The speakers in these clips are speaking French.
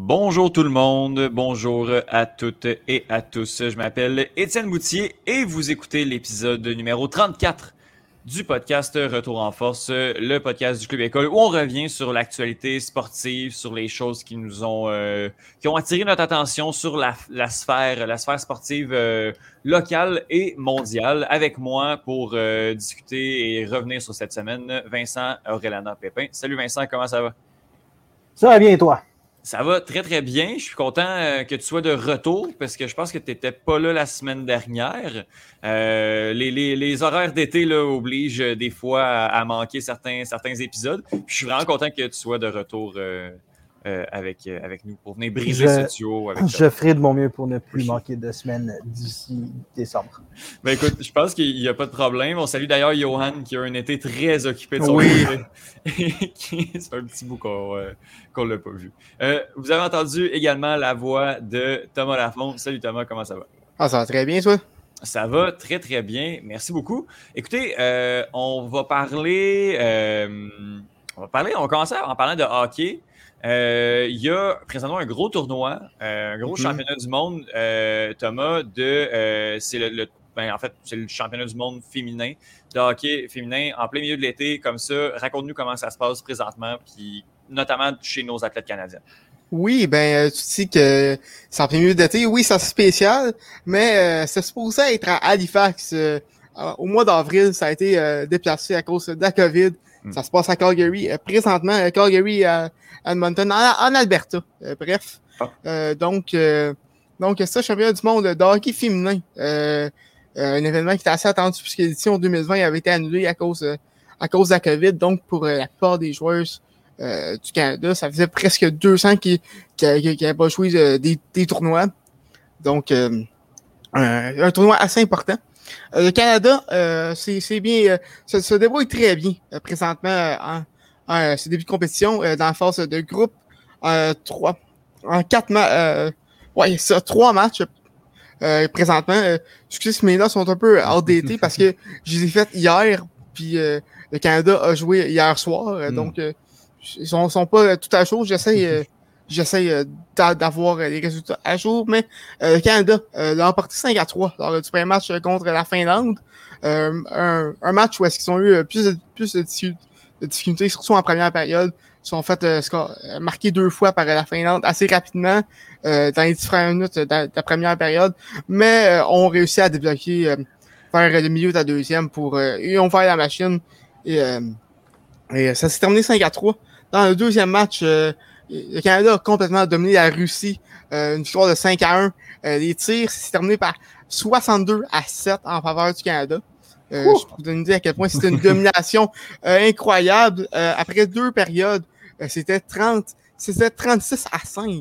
Bonjour tout le monde, bonjour à toutes et à tous. Je m'appelle Étienne Boutier et vous écoutez l'épisode numéro 34 du podcast Retour en force, le podcast du Club École où on revient sur l'actualité sportive, sur les choses qui nous ont qui ont attiré notre attention sur la sphère sportive locale et mondiale. Avec moi pour discuter et revenir sur cette semaine, Vincent Aurélana Pépin. Salut Vincent, comment ça va? Ça va bien et toi? Ça va très, très bien. Je suis content que tu sois de retour parce que je pense que tu n'étais pas là la semaine dernière. Les horaires d'été là, obligent des fois à manquer certains épisodes. Puis je suis vraiment content que tu sois de retour avec nous pour venir briser ce duo. Je ferai de mon mieux pour ne plus manquer de semaines d'ici décembre. Ben écoute, je pense qu'il n'y a pas de problème. On salue d'ailleurs Johan qui a un été très occupé de son côté. C'est un petit bout qu'on ne l'a pas vu. Vous avez entendu également la voix de Thomas Lafont. Salut Thomas, comment ça va? Ah, ça va très bien, toi? Ça va très, très bien. Merci beaucoup. Écoutez, on va commencer en parlant de hockey. Il y a présentement un gros tournoi, un gros championnat du monde, Thomas, c'est c'est le championnat du monde féminin, de hockey féminin, en plein milieu de l'été, comme ça. Raconte-nous comment ça se passe présentement, puis notamment chez nos athlètes canadiens. Oui, tu sais que c'est en plein milieu d'été. Oui, c'est spécial, mais c'est supposé être à Halifax. Au mois d'avril, ça a été déplacé à cause de la COVID. Ça se passe à Calgary. Présentement, Calgary à Edmonton, en Alberta. Bref. Donc, c'est le championnat du monde de hockey féminin. Un événement qui était assez attendu puisque l'édition 2020 avait été annulée à cause de la COVID. Donc, pour la plupart des joueuses du Canada, ça faisait presque 200 qui n'avaient pas joué des tournois. Donc, un tournoi assez important. Le Canada, c'est bien, se débrouille très bien présentement en ce début de compétition dans la phase de groupe. Trois matchs présentement. Excusez, mes notes sont un peu outdated parce que je les ai faites hier, puis le Canada a joué hier soir, donc ils sont pas tout à jour. J'essaie d'avoir les résultats à jour, mais le Canada l'a emporté 5-3 lors du premier match contre la Finlande. Un match où est-ce qu'ils ont eu plus de difficultés, surtout en première période. Ils sont fait marquer 2 fois par la Finlande assez rapidement dans les différentes minutes de la première période, mais ont réussi à débloquer vers le milieu de la deuxième ils ont fait la machine et ça s'est terminé 5-3. Dans le deuxième match, le Canada a complètement dominé la Russie, une victoire de 5-1. Les tirs, c'est terminé par 62-7 en faveur du Canada. Je peux vous donner une idée à quel point c'était une domination incroyable. Après 2 périodes, c'était 36-5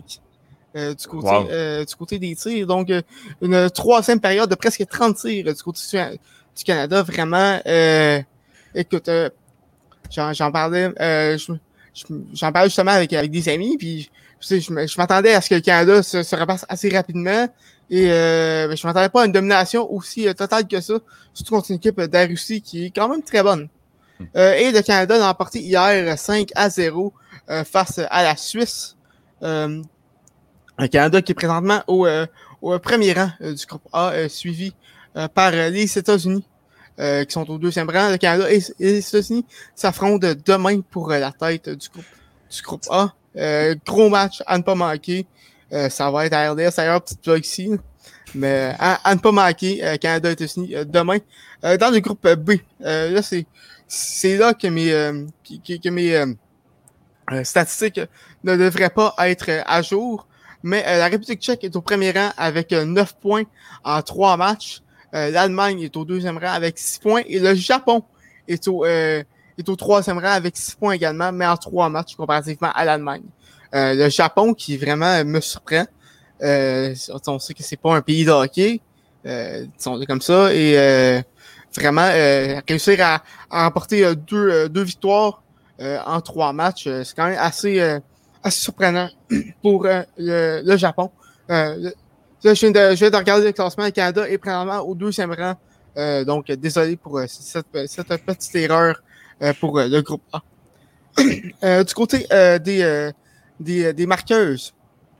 du côté des tirs. Donc, une troisième période de presque 30 tirs du côté du Canada. Vraiment, écoute, j'en parlais justement avec des amis, puis je m'attendais à ce que le Canada se repasse assez rapidement, et je m'attendais pas à une domination aussi totale que ça, surtout contre une équipe de la Russie qui est quand même très bonne. Et le Canada l'a emporté hier 5-0 face à la Suisse. Un Canada qui est présentement au premier rang du groupe A, suivi par les États-Unis. Qui sont au deuxième rang. Le Canada et les États-Unis s'affrontent demain pour la tête du groupe A. Gros match à ne pas manquer. Ça va être à RDS, d'ailleurs, petite plug ici. Mais à ne pas manquer, Canada et États-Unis demain. Dans le groupe B, là, c'est là que mes statistiques ne devraient pas être à jour. Mais la République tchèque est au premier rang avec 9 points en 3 matchs. L'Allemagne est au deuxième rang avec 6 points et le Japon est au troisième rang avec 6 points également, mais en 3 matchs comparativement à l'Allemagne. Le Japon qui vraiment me surprend. On sait que c'est pas un pays de hockey. Ils sont comme ça et vraiment réussir à remporter deux victoires en 3 matchs, c'est quand même assez surprenant pour le Japon. Je viens de regarder le classement. Le Canada est présentement au deuxième rang. Donc, désolé pour cette petite erreur pour le groupe A. Du côté des marqueuses,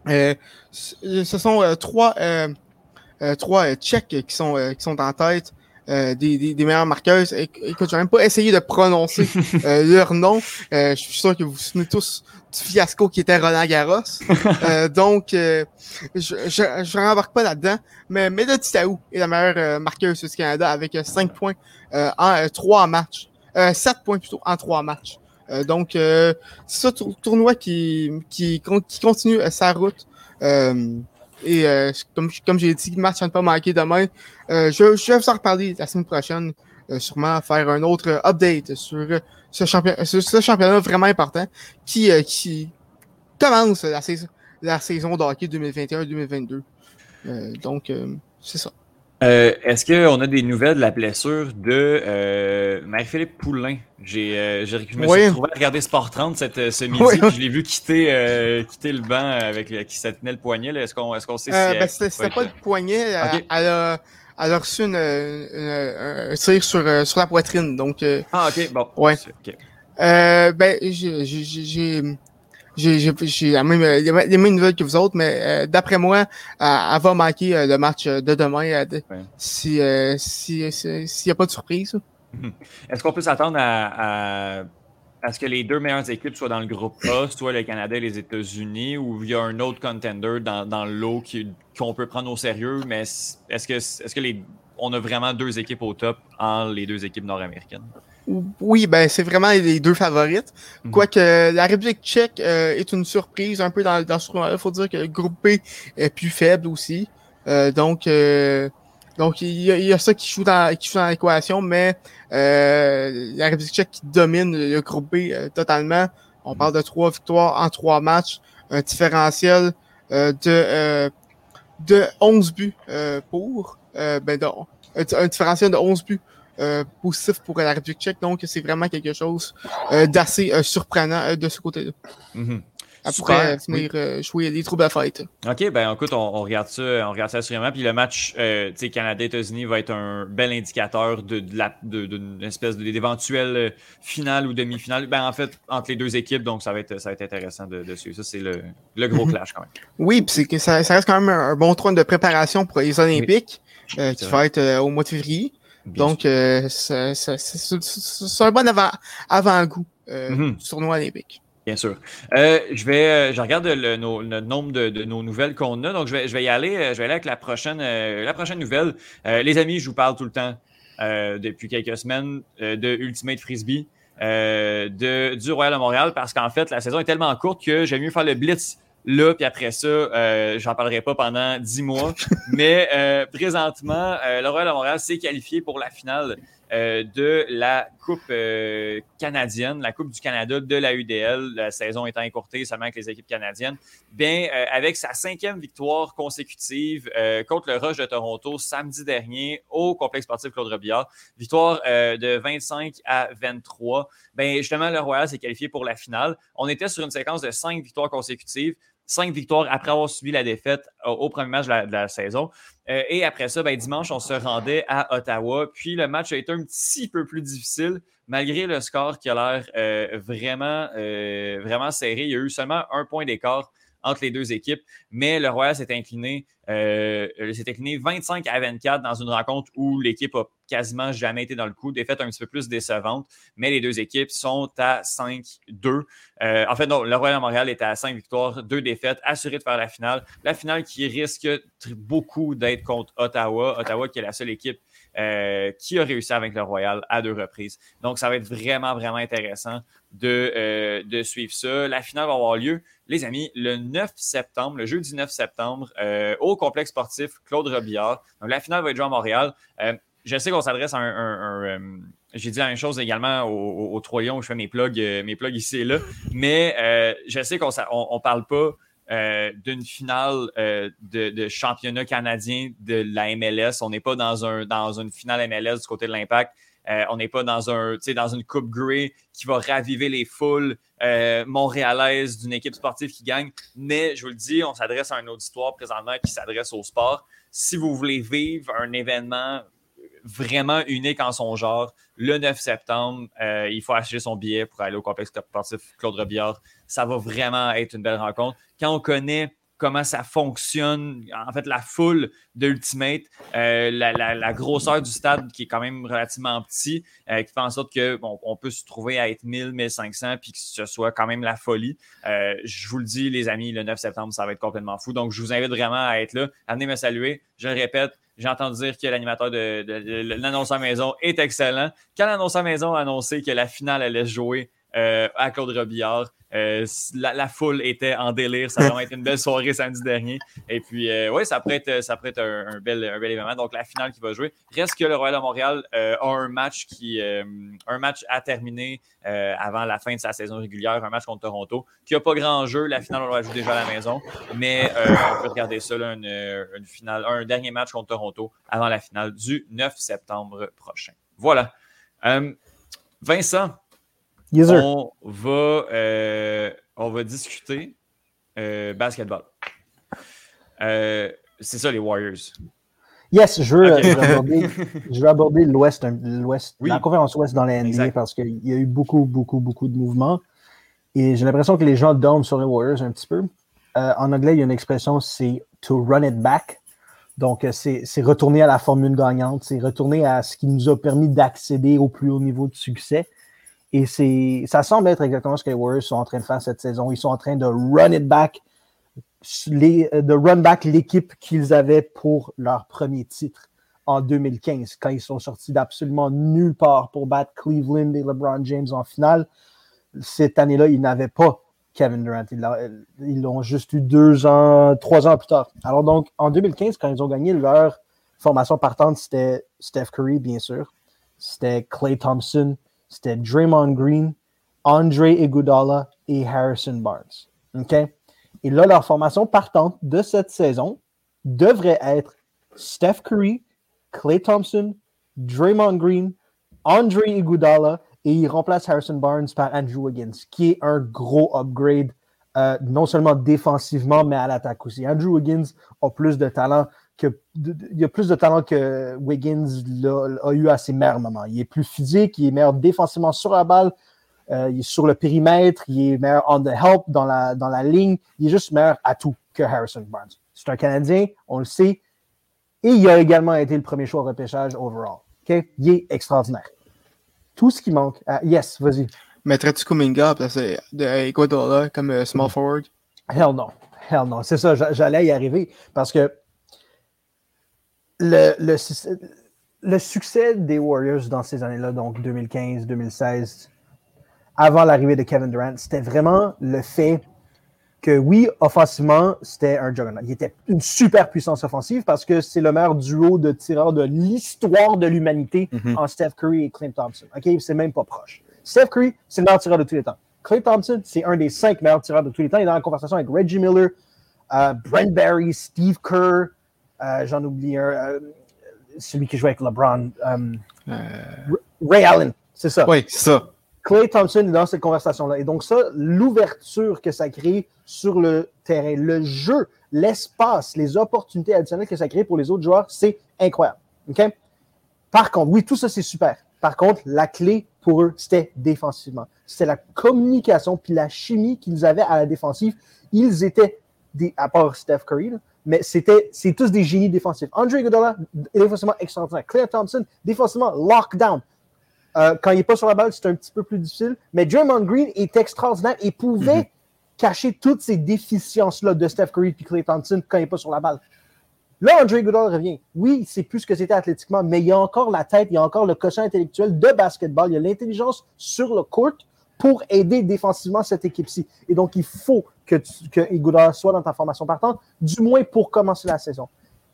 Ce sont trois Tchèques qui sont en tête. Des meilleures marqueuses. Écoute, j'ai même pas essayé de prononcer leur nom. Je suis sûr que vous vous souvenez tous du fiasco qui était Roland Garros. Donc, je rembarque pas là-dedans. Mais Melody Taou est la meilleure marqueuse du Canada avec 5 points en 3 matchs. 7 points plutôt en 3 matchs. Donc, c'est ça, tournoi qui continue sa route. Comme j'ai dit, match à ne pas manquer demain. Je vais vous en reparler la semaine prochaine, sûrement faire un autre update sur ce championnat vraiment important qui commence la saison de hockey 2021-2022. Donc, c'est ça. Est-ce qu'on a des nouvelles de la blessure de Marie-Philippe Poulin? Je me suis retrouvé à regarder Sport 30 ce midi, puis je l'ai vu quitter le banc avec qui se tenait le poignet. Là. Est-ce qu'on sait si c'était pas le poignet. Okay. Elle a reçu un tir sur la poitrine. Donc, ok, bon. Ouais. Okay. J'ai les mêmes nouvelles que vous autres, mais d'après moi, elle va manquer le match de demain s'il n'y a pas de surprise. Est-ce qu'on peut s'attendre à ce que les deux meilleures équipes soient dans le groupe A, soit le Canada et les États-Unis, ou il y a un autre contender dans le lot qu'on peut prendre au sérieux, mais est-ce que on a vraiment deux équipes au top entre les deux équipes nord-américaines? Oui, ben c'est vraiment les deux favorites. Quoique la République tchèque est une surprise un peu dans ce tournoi-là. Il faut dire que le groupe B est plus faible aussi. Donc il y a ça qui joue dans l'équation, mais la République tchèque qui domine le groupe B totalement. On parle de 3 victoires en 3 matchs, un différentiel de 11 buts un différentiel de 11 buts positif pour la République tchèque. Donc, c'est vraiment quelque chose d'assez surprenant de ce côté-là. Après venir jouer les troubles à fête. OK, ben écoute, on regarde ça assurément. Puis le match Canada-États-Unis va être un bel indicateur d'une espèce d'éventuelle finale ou demi-finale. Ben en fait, entre les deux équipes, donc ça va être intéressant de suivre. Ça, c'est le gros clash quand même. Oui, puis c'est que ça reste quand même un bon tour de préparation pour les Olympiques qui va être au mois de février. Donc, c'est un bon avant-goût du tournoi olympique. Bien sûr. Je regarde le nombre de nos nouvelles qu'on a. Donc, je vais y aller. Je vais aller avec la prochaine nouvelle. Les amis, je vous parle tout le temps depuis quelques semaines de Ultimate Frisbee du Royal de Montréal parce qu'en fait, la saison est tellement courte que j'aime mieux faire le Blitz là, puis après ça, j'en parlerai pas pendant 10 mois. Mais présentement, le Royal de Montréal s'est qualifié pour la finale de la Coupe canadienne, la Coupe du Canada de la UDL, la saison étant écourtée seulement avec les équipes canadiennes. Bien, avec sa 5e victoire consécutive contre le Rush de Toronto samedi dernier au complexe sportif Claude Robillard, victoire de 25-23. Bien, justement, le Royal s'est qualifié pour la finale. On était sur une séquence de 5 victoires consécutives. 5 victoires après avoir subi la défaite au premier match de la saison. Et après ça, ben, dimanche, on se rendait à Ottawa. Puis le match a été un petit peu plus difficile, malgré le score qui a l'air vraiment serré. Il y a eu seulement 1 point d'écart entre les deux équipes, mais le Royal s'est incliné 25-24 dans une rencontre où l'équipe a quasiment jamais été dans le coup. Défaite un petit peu plus décevante, mais les deux équipes sont à 5-2. En fait, non, le Royal de Montréal est à 5 victoires, 2 défaites, assuré de faire la finale. La finale qui risque beaucoup d'être contre Ottawa. Ottawa qui est la seule équipe qui a réussi à vaincre le Royal à 2 reprises. Donc, ça va être vraiment, vraiment intéressant de suivre ça. La finale va avoir lieu, les amis, le 9 septembre, le jeudi 9 septembre, au complexe sportif Claude Robillard. Donc, la finale va être jouée à Montréal. Je sais qu'on s'adresse à j'ai dit la même chose également au 3 Lions où je fais mes plugs ici et là, mais je sais qu'on ne parle pas d'une finale de championnat canadien de la MLS. On n'est pas dans une finale MLS du côté de l'Impact. On n'est pas dans une Coupe Grey qui va raviver les foules montréalaises d'une équipe sportive qui gagne. Mais je vous le dis, on s'adresse à un auditoire présentement qui s'adresse au sport. Si vous voulez vivre un événement vraiment unique en son genre, le 9 septembre, il faut acheter son billet pour aller au complexe sportif Claude Robillard. Ça va vraiment être une belle rencontre. Quand on connaît comment ça fonctionne, en fait, la foule de Ultimate, la grosseur du stade qui est quand même relativement petit, qui fait en sorte qu'on peut se trouver à être 1000, 1500 puis que ce soit quand même la folie. Je vous le dis, les amis, le 9 septembre, ça va être complètement fou. Donc, je vous invite vraiment à être là. Venez me saluer. Je le répète, j'ai entendu dire que l'animateur de l'annonceur maison est excellent. Quand l'annonceur maison a annoncé que la finale allait se jouer à Claude Robillard, la foule était en délire. Ça a vraiment été une belle soirée samedi dernier. Et puis, oui, ça pourrait être un bel événement. Donc, la finale qui va jouer. Reste que le Royal de Montréal a un match à terminer avant la fin de sa saison régulière, un match contre Toronto, qui n'a pas grand jeu. La finale, on va jouer déjà à la maison. Mais on peut regarder ça, là, une finale, un dernier match contre Toronto avant la finale du 9 septembre prochain. Voilà. Vincent, yes, on va discuter basketball. C'est ça, les Warriors. Yes, je veux aborder l'Ouest, oui. La conférence Ouest dans la NBA parce qu'il y a eu beaucoup de mouvements. Et j'ai l'impression que les gens dorment sur les Warriors un petit peu. En anglais, il y a une expression, c'est « to run it back ». Donc, c'est retourner à la formule gagnante, c'est retourner à ce qui nous a permis d'accéder au plus haut niveau de succès. Et ça semble être exactement ce que les Warriors sont en train de faire cette saison. Ils sont en train de run it back, de run back l'équipe qu'ils avaient pour leur premier titre en 2015, quand ils sont sortis d'absolument nulle part pour battre Cleveland et LeBron James en finale. Cette année-là, ils n'avaient pas Kevin Durant. Ils l'ont juste eu 3 ans plus tard. Alors donc, en 2015, quand ils ont gagné leur formation partante, c'était Steph Curry, bien sûr. C'était Klay Thompson. C'était Draymond Green, Andre Iguodala et Harrison Barnes. Okay? Et là, leur formation partante de cette saison devrait être Steph Curry, Klay Thompson, Draymond Green, Andre Iguodala, et il remplace Harrison Barnes par Andrew Wiggins, qui est un gros upgrade, non seulement défensivement, mais à l'attaque aussi. Andrew Wiggins a plus de talent il a plus de talent que Wiggins a eu à ses meilleurs moments. Il est plus physique, il est meilleur défensivement sur la balle, il est sur le périmètre, il est meilleur on the help dans la ligne, il est juste meilleur à tout que Harrison Barnes. C'est un Canadien, on le sait, et il a également été le premier choix au repêchage overall. Okay? Il est extraordinaire. Tout ce qui manque... yes, vas-y. Mettrais-tu Kuminga de Iguodala comme small forward? Hell no. C'est ça, j'allais y arriver, parce que le succès des Warriors dans ces années-là, donc 2015, 2016, avant l'arrivée de Kevin Durant, c'était vraiment le fait que, oui, offensivement, c'était un juggernaut. Il était une super puissance offensive parce que c'est le meilleur duo de tireurs de l'histoire de l'humanité en Steph Curry et Klay Thompson. OK? C'est même pas proche. Steph Curry, c'est le meilleur tireur de tous les temps. Klay Thompson, c'est un des 5 meilleurs tireurs de tous les temps. Il est dans la conversation avec Reggie Miller, Brent Barry, Steve Kerr, j'en oublie un, celui qui joue avec LeBron, Ray Allen, c'est ça. Oui, c'est ça. Klay Thompson est dans cette conversation-là. Et donc ça, l'ouverture que ça crée sur le terrain, le jeu, l'espace, les opportunités additionnelles que ça crée pour les autres joueurs, c'est incroyable. Okay? Par contre, oui, tout ça, c'est super. Par contre, la clé pour eux, c'était défensivement. C'était la communication puis la chimie qu'ils avaient à la défensive. Ils étaient, à part Steph Curry, là, mais c'est tous des génies défensifs. Andre Iguodala, défensivement extraordinaire. Klay Thompson, défensivement lockdown. Quand il n'est pas sur la balle, c'est un petit peu plus difficile. Mais Draymond Green est extraordinaire et pouvait cacher toutes ces déficiences-là de Steph Curry et Klay Thompson quand il n'est pas sur la balle. Là, Andre Iguodala revient. Oui, c'est plus ce que c'était athlétiquement, mais il y a encore la tête, il y a encore le quotient intellectuel de basketball, il y a l'intelligence sur le court pour aider défensivement cette équipe-ci. Et donc, il faut que Iguodala soit dans ta formation partante, du moins pour commencer la saison.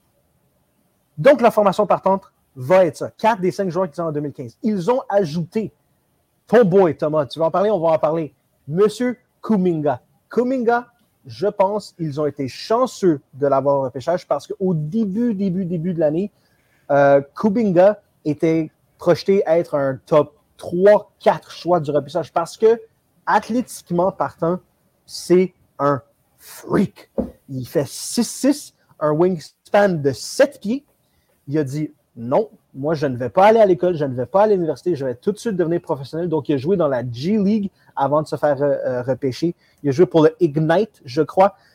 Donc, la formation partante va être ça. 4 des 5 joueurs qui sont en 2015. Ils ont ajouté ton boy, Thomas. Tu vas en parler, on va en parler. Monsieur Kuminga. Kuminga, je pense qu'ils ont été chanceux de l'avoir au repêchage parce qu'au début de l'année, Kuminga était projeté à être un top 3-4 choix du repêchage parce que, athlétiquement partant, c'est un freak. Il fait 6'6", un wingspan de 7 pieds. Il a dit non, moi je ne vais pas aller à l'école, je ne vais pas aller à l'université, je vais tout de suite devenir professionnel. Donc il a joué dans la G League avant de se faire repêcher. Il a joué pour le Ignite, je crois.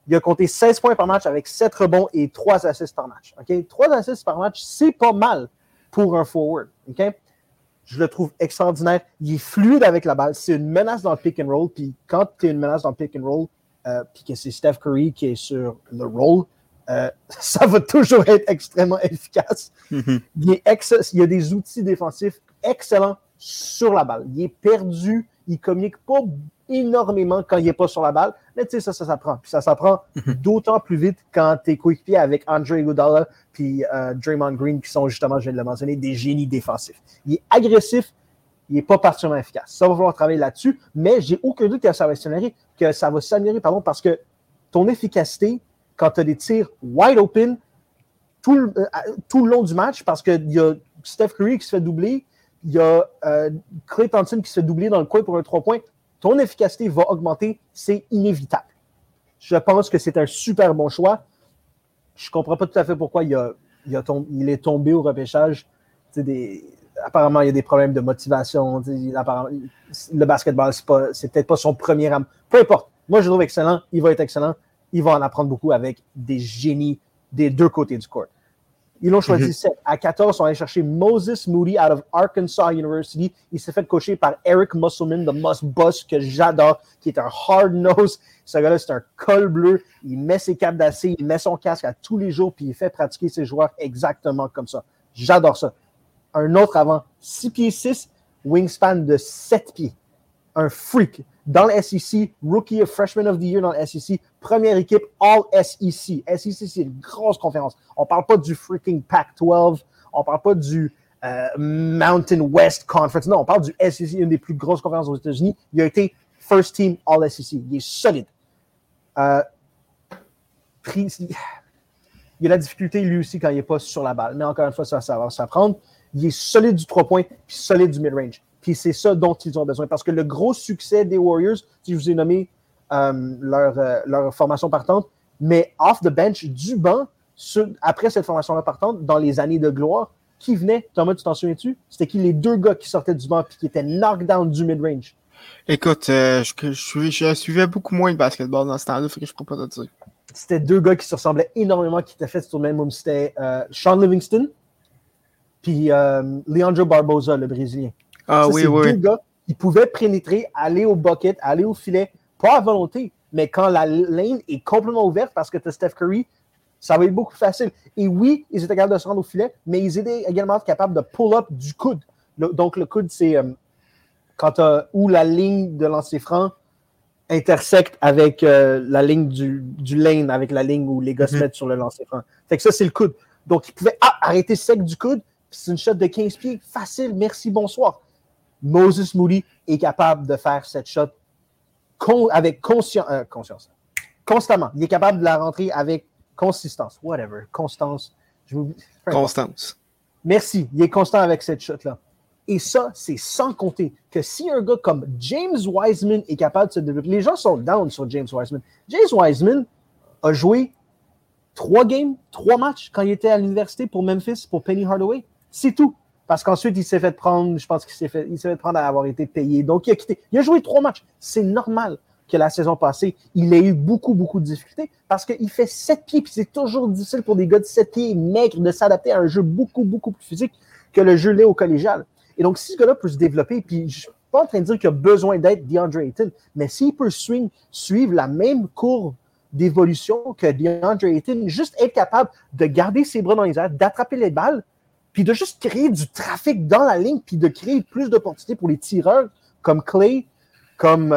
Il a compté 16 points par match avec 7 rebonds et 3 assists par match. Okay? 3 assists par match, c'est pas mal pour un forward. Okay? Je le trouve extraordinaire. Il est fluide avec la balle. C'est une menace dans le pick and roll. Puis quand tu es une menace dans le pick and roll, puis que c'est Steph Curry qui est sur le roll, ça va toujours être extrêmement efficace. Mm-hmm. Il y a des outils défensifs excellents sur la balle. Il est perdu. Il communique pas énormément quand il n'est pas sur la balle. Mais tu sais, ça s'apprend. Puis ça s'apprend d'autant plus vite quand tu es coéquipier avec Andre Iguodala puis Draymond Green, qui sont justement, je viens de le mentionner, des génies défensifs. Il est agressif, il n'est pas particulièrement efficace. Ça va falloir travailler là-dessus, mais j'ai aucun doute que ça va s'améliorer, parce que ton efficacité, quand tu as des tirs wide open tout le long du match, parce qu'il y a Steph Curry qui se fait doubler, il y a Klay Thompson qui se fait doubler dans le coin pour un 3 points, ton efficacité va augmenter, c'est inévitable. Je pense que c'est un super bon choix. Je ne comprends pas tout à fait pourquoi il est tombé au repêchage. Apparemment, il y a des problèmes de motivation. Le basketball, c'est peut-être pas son premier âme. Peu importe. Moi, je le trouve excellent. Il va être excellent. Il va en apprendre beaucoup avec des génies des deux côtés du court. Ils l'ont choisi 7. À 14, ils sont allés chercher Moses Moody out of Arkansas University. Il s'est fait coacher par Eric Musselman, the Must Boss, que j'adore, qui est un hard-nose. Ce gars-là, c'est un col bleu. Il met ses capes d'acier, il met son casque à tous les jours, puis il fait pratiquer ses joueurs exactement comme ça. J'adore ça. Un autre avant, 6 pieds 6, wingspan de 7 pieds. Un freak. Dans le SEC, Rookie of Freshman of the Year dans le SEC, première équipe All-SEC. SEC, c'est une grosse conférence. On ne parle pas du freaking Pac-12, on ne parle pas du Mountain West Conference. Non, on parle du SEC, une des plus grosses conférences aux États-Unis. Il a été First Team All-SEC. Il est solide. Il y a la difficulté, lui aussi, quand il n'est pas sur la balle. Mais encore une fois, ça va s'apprendre. Il est solide du 3 points, puis solide du mid-range. Puis c'est ça dont ils ont besoin. Parce que le gros succès des Warriors, si je vous ai nommé leur formation partante, mais off the bench, du banc, après cette formation-là partante, dans les années de gloire, qui venait, Thomas, tu t'en souviens-tu? C'était qui les deux gars qui sortaient du banc et qui étaient knockdown du mid-range? Écoute, je suivais beaucoup moins le basketball dans ce temps-là, fait que je ne pourrais pas te dire. C'était deux gars qui se ressemblaient énormément, qui étaient faits sur le même moment. C'était Sean Livingston puis Leandro Barbosa, le Brésilien. Ah oui. Deux gars qui pouvaient pénétrer, aller au bucket, aller au filet, pas à volonté, mais quand la lane est complètement ouverte parce que tu as Steph Curry, ça va être beaucoup plus facile. Et oui, ils étaient capables de se rendre au filet, mais ils étaient également capables de pull-up du coude. Donc, le coude, c'est où la ligne de lancer franc intersecte avec la ligne du lane, avec la ligne où les gars se mettent sur le lancer franc. Fait que ça, c'est le coude. Donc, ils pouvaient arrêter sec du coude, puis c'est une shot de 15 pieds, facile, merci, bonsoir. Moses Moody est capable de faire cette shot avec conscience. Constamment. Il est capable de la rentrer avec consistance. Whatever. Constance. Constance. Merci. Il est constant avec cette shot-là. Et ça, c'est sans compter que si un gars comme James Wiseman est capable de se développer, les gens sont down sur James Wiseman. James Wiseman a joué 3 matchs quand il était à l'université pour Memphis, pour Penny Hardaway. C'est tout. Parce qu'ensuite, il s'est fait prendre, je pense qu'il s'est fait prendre à avoir été payé. Donc, il a quitté. Il a joué 3 matchs. C'est normal que la saison passée, il ait eu beaucoup, beaucoup de difficultés parce qu'il fait 7 pieds, puis c'est toujours difficile pour des gars de 7 pieds maigres de s'adapter à un jeu beaucoup, beaucoup plus physique que le jeu l'est au collégial. Et donc, si ce gars-là peut se développer, puis je ne suis pas en train de dire qu'il a besoin d'être DeAndre Ayton, mais s'il peut suivre la même courbe d'évolution que DeAndre Ayton, juste être capable de garder ses bras dans les airs, d'attraper les balles, puis de juste créer du trafic dans la ligne, puis de créer plus d'opportunités pour les tireurs comme Klay, comme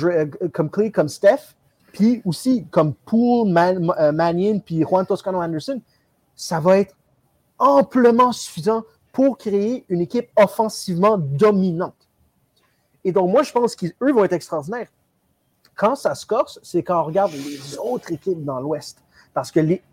Steph, puis aussi comme Poole, Mannion, puis Juan Toscano Anderson, ça va être amplement suffisant pour créer une équipe offensivement dominante. Et donc, moi, je pense qu'eux vont être extraordinaires. Quand ça se corse, c'est quand on regarde les autres équipes dans l'Ouest. Parce que les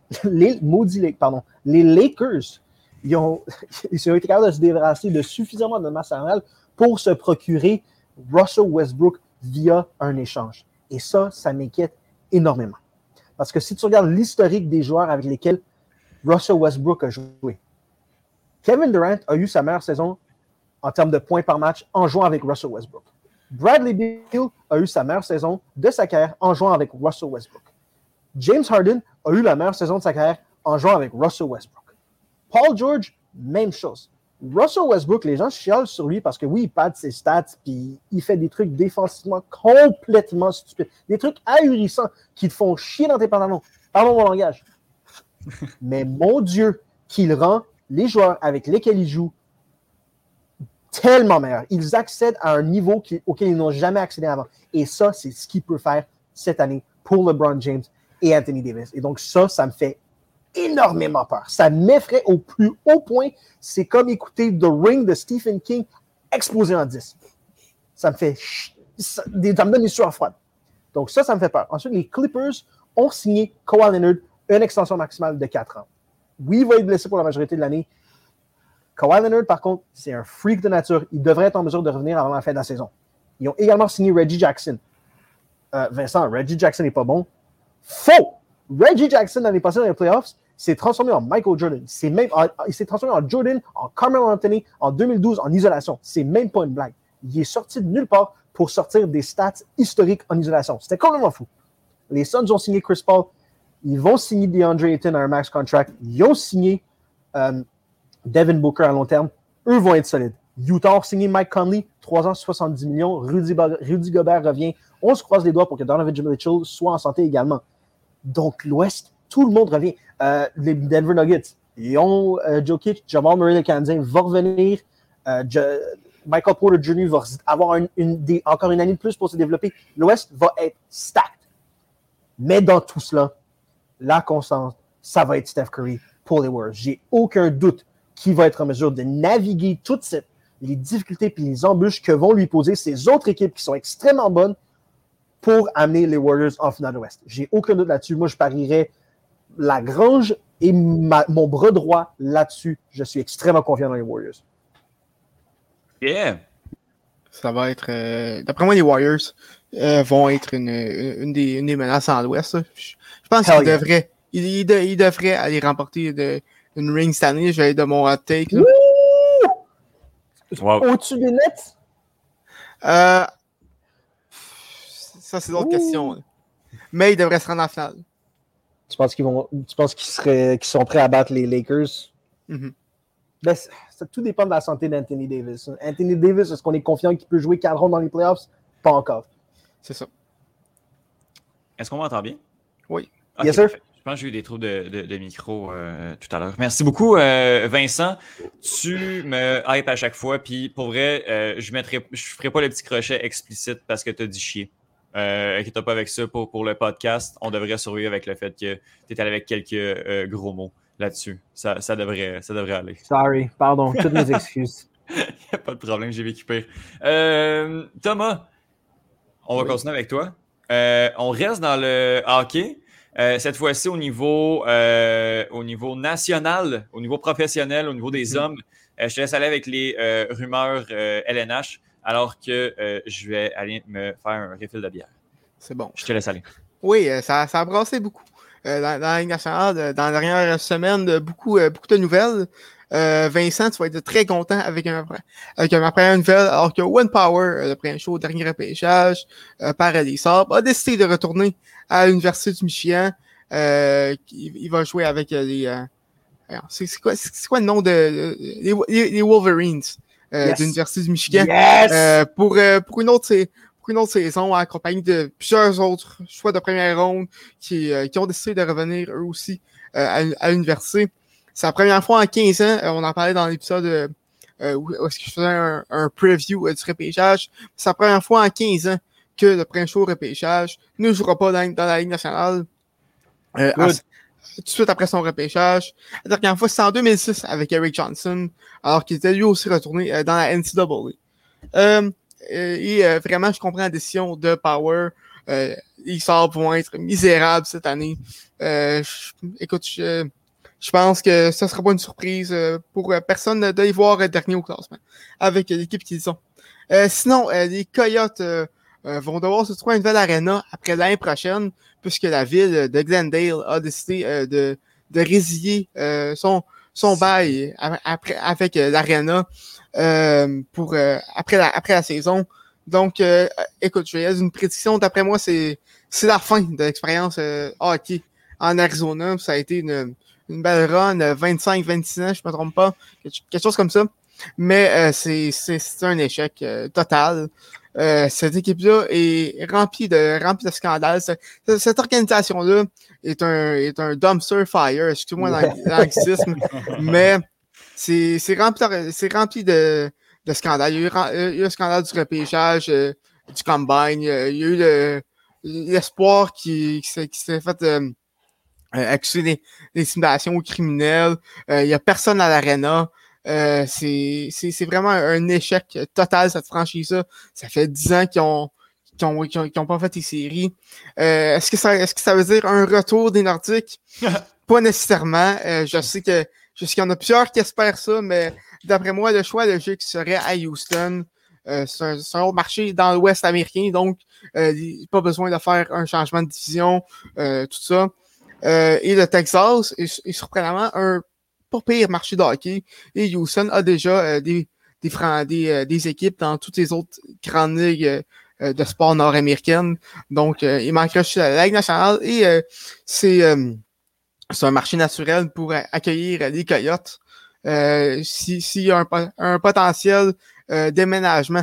Lakers, ils ont été capables de se débarrasser de suffisamment de masse salariale pour se procurer Russell Westbrook via un échange. Et ça m'inquiète énormément. Parce que si tu regardes l'historique des joueurs avec lesquels Russell Westbrook a joué, Kevin Durant a eu sa meilleure saison en termes de points par match en jouant avec Russell Westbrook. Bradley Beal a eu sa meilleure saison de sa carrière en jouant avec Russell Westbrook. James Harden a eu la meilleure saison de sa carrière en jouant avec Russell Westbrook. Paul George, même chose. Russell Westbrook, les gens chialent sur lui parce que oui, il pad ses stats puis il fait des trucs défensivement complètement stupides. Des trucs ahurissants qui te font chier dans tes pantalons. Pardon mon langage. Mais mon Dieu, qu'il rend les joueurs avec lesquels il joue tellement meilleurs. Ils accèdent à un niveau auquel ils n'ont jamais accédé avant. Et ça, c'est ce qu'il peut faire cette année pour LeBron James et Anthony Davis. Et donc ça me fait énormément peur. Ça m'effraie au plus haut point. C'est comme écouter The Ring de Stephen King explosé en 10. Ça me fait... Ça me donne des sueurs froides. Donc ça me fait peur. Ensuite, les Clippers ont signé Kawhi Leonard une extension maximale de 4 ans. Oui, il va être blessé pour la majorité de l'année. Kawhi Leonard, par contre, c'est un freak de nature. Il devrait être en mesure de revenir avant la fin de la saison. Ils ont également signé Reggie Jackson. Vincent, Reggie Jackson n'est pas bon. Faux! Reggie Jackson, l'année passée dans les playoffs, s'est transformé en Michael Jordan. Il s'est transformé en Jordan, en Carmelo Anthony, en 2012, en isolation. C'est même pas une blague. Il est sorti de nulle part pour sortir des stats historiques en isolation. C'était complètement fou. Les Suns ont signé Chris Paul. Ils vont signer DeAndre Ayton à un max contract. Ils ont signé Devin Booker à long terme. Eux vont être solides. Utah a signé Mike Conley, 3 ans, 70 millions. Rudy Gobert revient. On se croise les doigts pour que Donovan Mitchell soit en santé également. Donc, l'Ouest, tout le monde revient. Les Denver Nuggets, ils ont Jokic, Jamal Murray, le Canadien, va revenir. Michael Porter Jr. va avoir encore une année de plus pour se développer. L'Ouest va être stacked. Mais dans tout cela, la constante, ça va être Steph Curry pour les Warriors. J'ai aucun doute qu'il va être en mesure de naviguer toutes les difficultés et les embûches que vont lui poser ces autres équipes qui sont extrêmement bonnes pour amener les Warriors en finale de l'Ouest. J'ai aucun doute là-dessus. Moi, je parierais la grange et mon bras droit là-dessus. Je suis extrêmement confiant dans les Warriors. Yeah! Ça va être... d'après moi, les Warriors vont être une des menaces en l'Ouest. Je pense qu'ils devraient... Ils devraient aller remporter une ring cette année. Je vais aller de mon hot take. Wow. Au-dessus des Nets? Ça, c'est l'autre question. Là. Mais ils devraient se rendre en finale. Tu penses qu'ils sont prêts à battre les Lakers? Mm-hmm. Ben, ça tout dépend de la santé d'Anthony Davis. Anthony Davis, est-ce qu'on est confiant qu'il peut jouer 4 rondes dans les playoffs? Pas encore. C'est ça. Est-ce qu'on m'entend bien? Oui. Okay. Yes, sir. Je pense que j'ai eu des trous de micro tout à l'heure. Merci beaucoup, Vincent. Tu me hype à chaque fois. Puis pour vrai, je ferai pas le petit crochet explicite parce que tu as dit chier. Inquiète-toi pas avec ça pour le podcast. On devrait survivre avec le fait que tu es allé avec quelques gros mots là-dessus. Ça devrait aller. Sorry, pardon. Toutes mes excuses. Il n'y a pas de problème, j'ai vécu pire. Thomas, on va continuer avec toi. On reste dans le hockey. Cette fois-ci, au niveau national, au niveau professionnel, au niveau des hommes, je te laisse aller avec les rumeurs LNH, alors que je vais aller me faire un refill de bière. C'est bon. Je te laisse aller. Oui, ça a brassé beaucoup. Dans la Ligue nationale, dans la dernière semaine, beaucoup de nouvelles. Vincent, tu vas être très content avec ma première nouvelle, alors que One Power, le premier show au dernier repêchage, par les Sabres, a décidé de retourner à l'Université du Michigan. Il va jouer avec les... c'est quoi le nom les Wolverines de l'Université du Michigan? Yes! Pour une autre saison, en compagnie de plusieurs autres choix de première ronde qui ont décidé de revenir eux aussi à l'université. C'est la première fois en 15 ans, on en parlait dans l'épisode où est-ce que je faisais un preview du repêchage. C'est la première fois en 15 ans que le premier show repêchage ne jouera pas dans la Ligue nationale. Tout de suite après son repêchage. La dernière fois, c'est en 2006 avec Eric Johnson, alors qu'il était lui aussi retourné dans la NCAA. Vraiment, je comprends la décision de Power. Les Sabres vont être misérables cette année. Écoute, je pense que ça sera pas une surprise pour personne de les voir dernier au classement avec l'équipe qu'ils ont. Sinon, les Coyotes vont devoir se trouver une nouvelle arena après l'année prochaine, puisque la ville de Glendale a décidé de résilier son bail avec l'arena après la saison. Donc, écoute, je vais y aller une prédiction. D'après moi, c'est c'est la fin de l'expérience hockey en Arizona. Ça a été une belle run, 25-26 ans, je me trompe pas, quelque chose comme ça. Mais c'est un échec total. Cette équipe-là est remplie de scandales. Cette organisation-là est un dumpster fire, excuse-moi l'anglicisme, mais c'est rempli de scandales. Il y a eu le scandale du repêchage, du combine, il y a eu l'espoir qui s'est fait accuser des simulations criminelles. Il y a personne à l'aréna. C'est vraiment un échec total, cette franchise-là. Ça fait 10 ans qu'ils ont pas fait les séries. Est-ce que ça veut dire un retour des Nordiques? Pas nécessairement. Je sais qu'il y en a plusieurs qui espèrent ça, mais d'après moi, le choix logique serait à Houston. C'est un autre marché dans l'Ouest américain, donc pas besoin de faire un changement de division, tout ça. Et le Texas est surprenamment un pas pire marché de hockey. Et Houston a déjà des équipes dans toutes les autres grandes ligues de sport nord-américaines. Donc, il manquerait juste la Ligue nationale et c'est un marché naturel pour accueillir les Coyotes s'il y a un potentiel déménagement.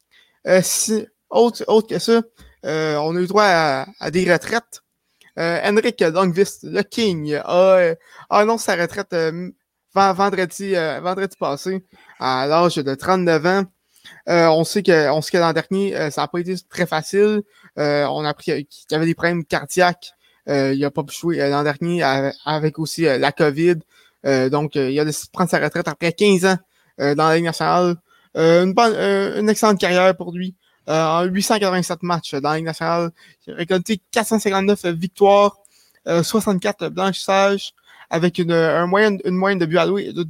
Autre que ça, on a eu droit à des retraites. Henrik Lundqvist, le King, a annoncé sa retraite vendredi passé à l'âge de 39 ans. On sait que l'an dernier, ça n'a pas été très facile. On a appris qu'il y avait des problèmes cardiaques. Il n'a pas pu jouer l'an dernier avec aussi la COVID. Donc, il a décidé de prendre sa retraite après 15 ans dans la Ligue nationale. Une excellente carrière pour lui. En 887 matchs dans la Ligue nationale, il a récolté 459 victoires, 64 blanchissages, avec une moyenne de buts alloués de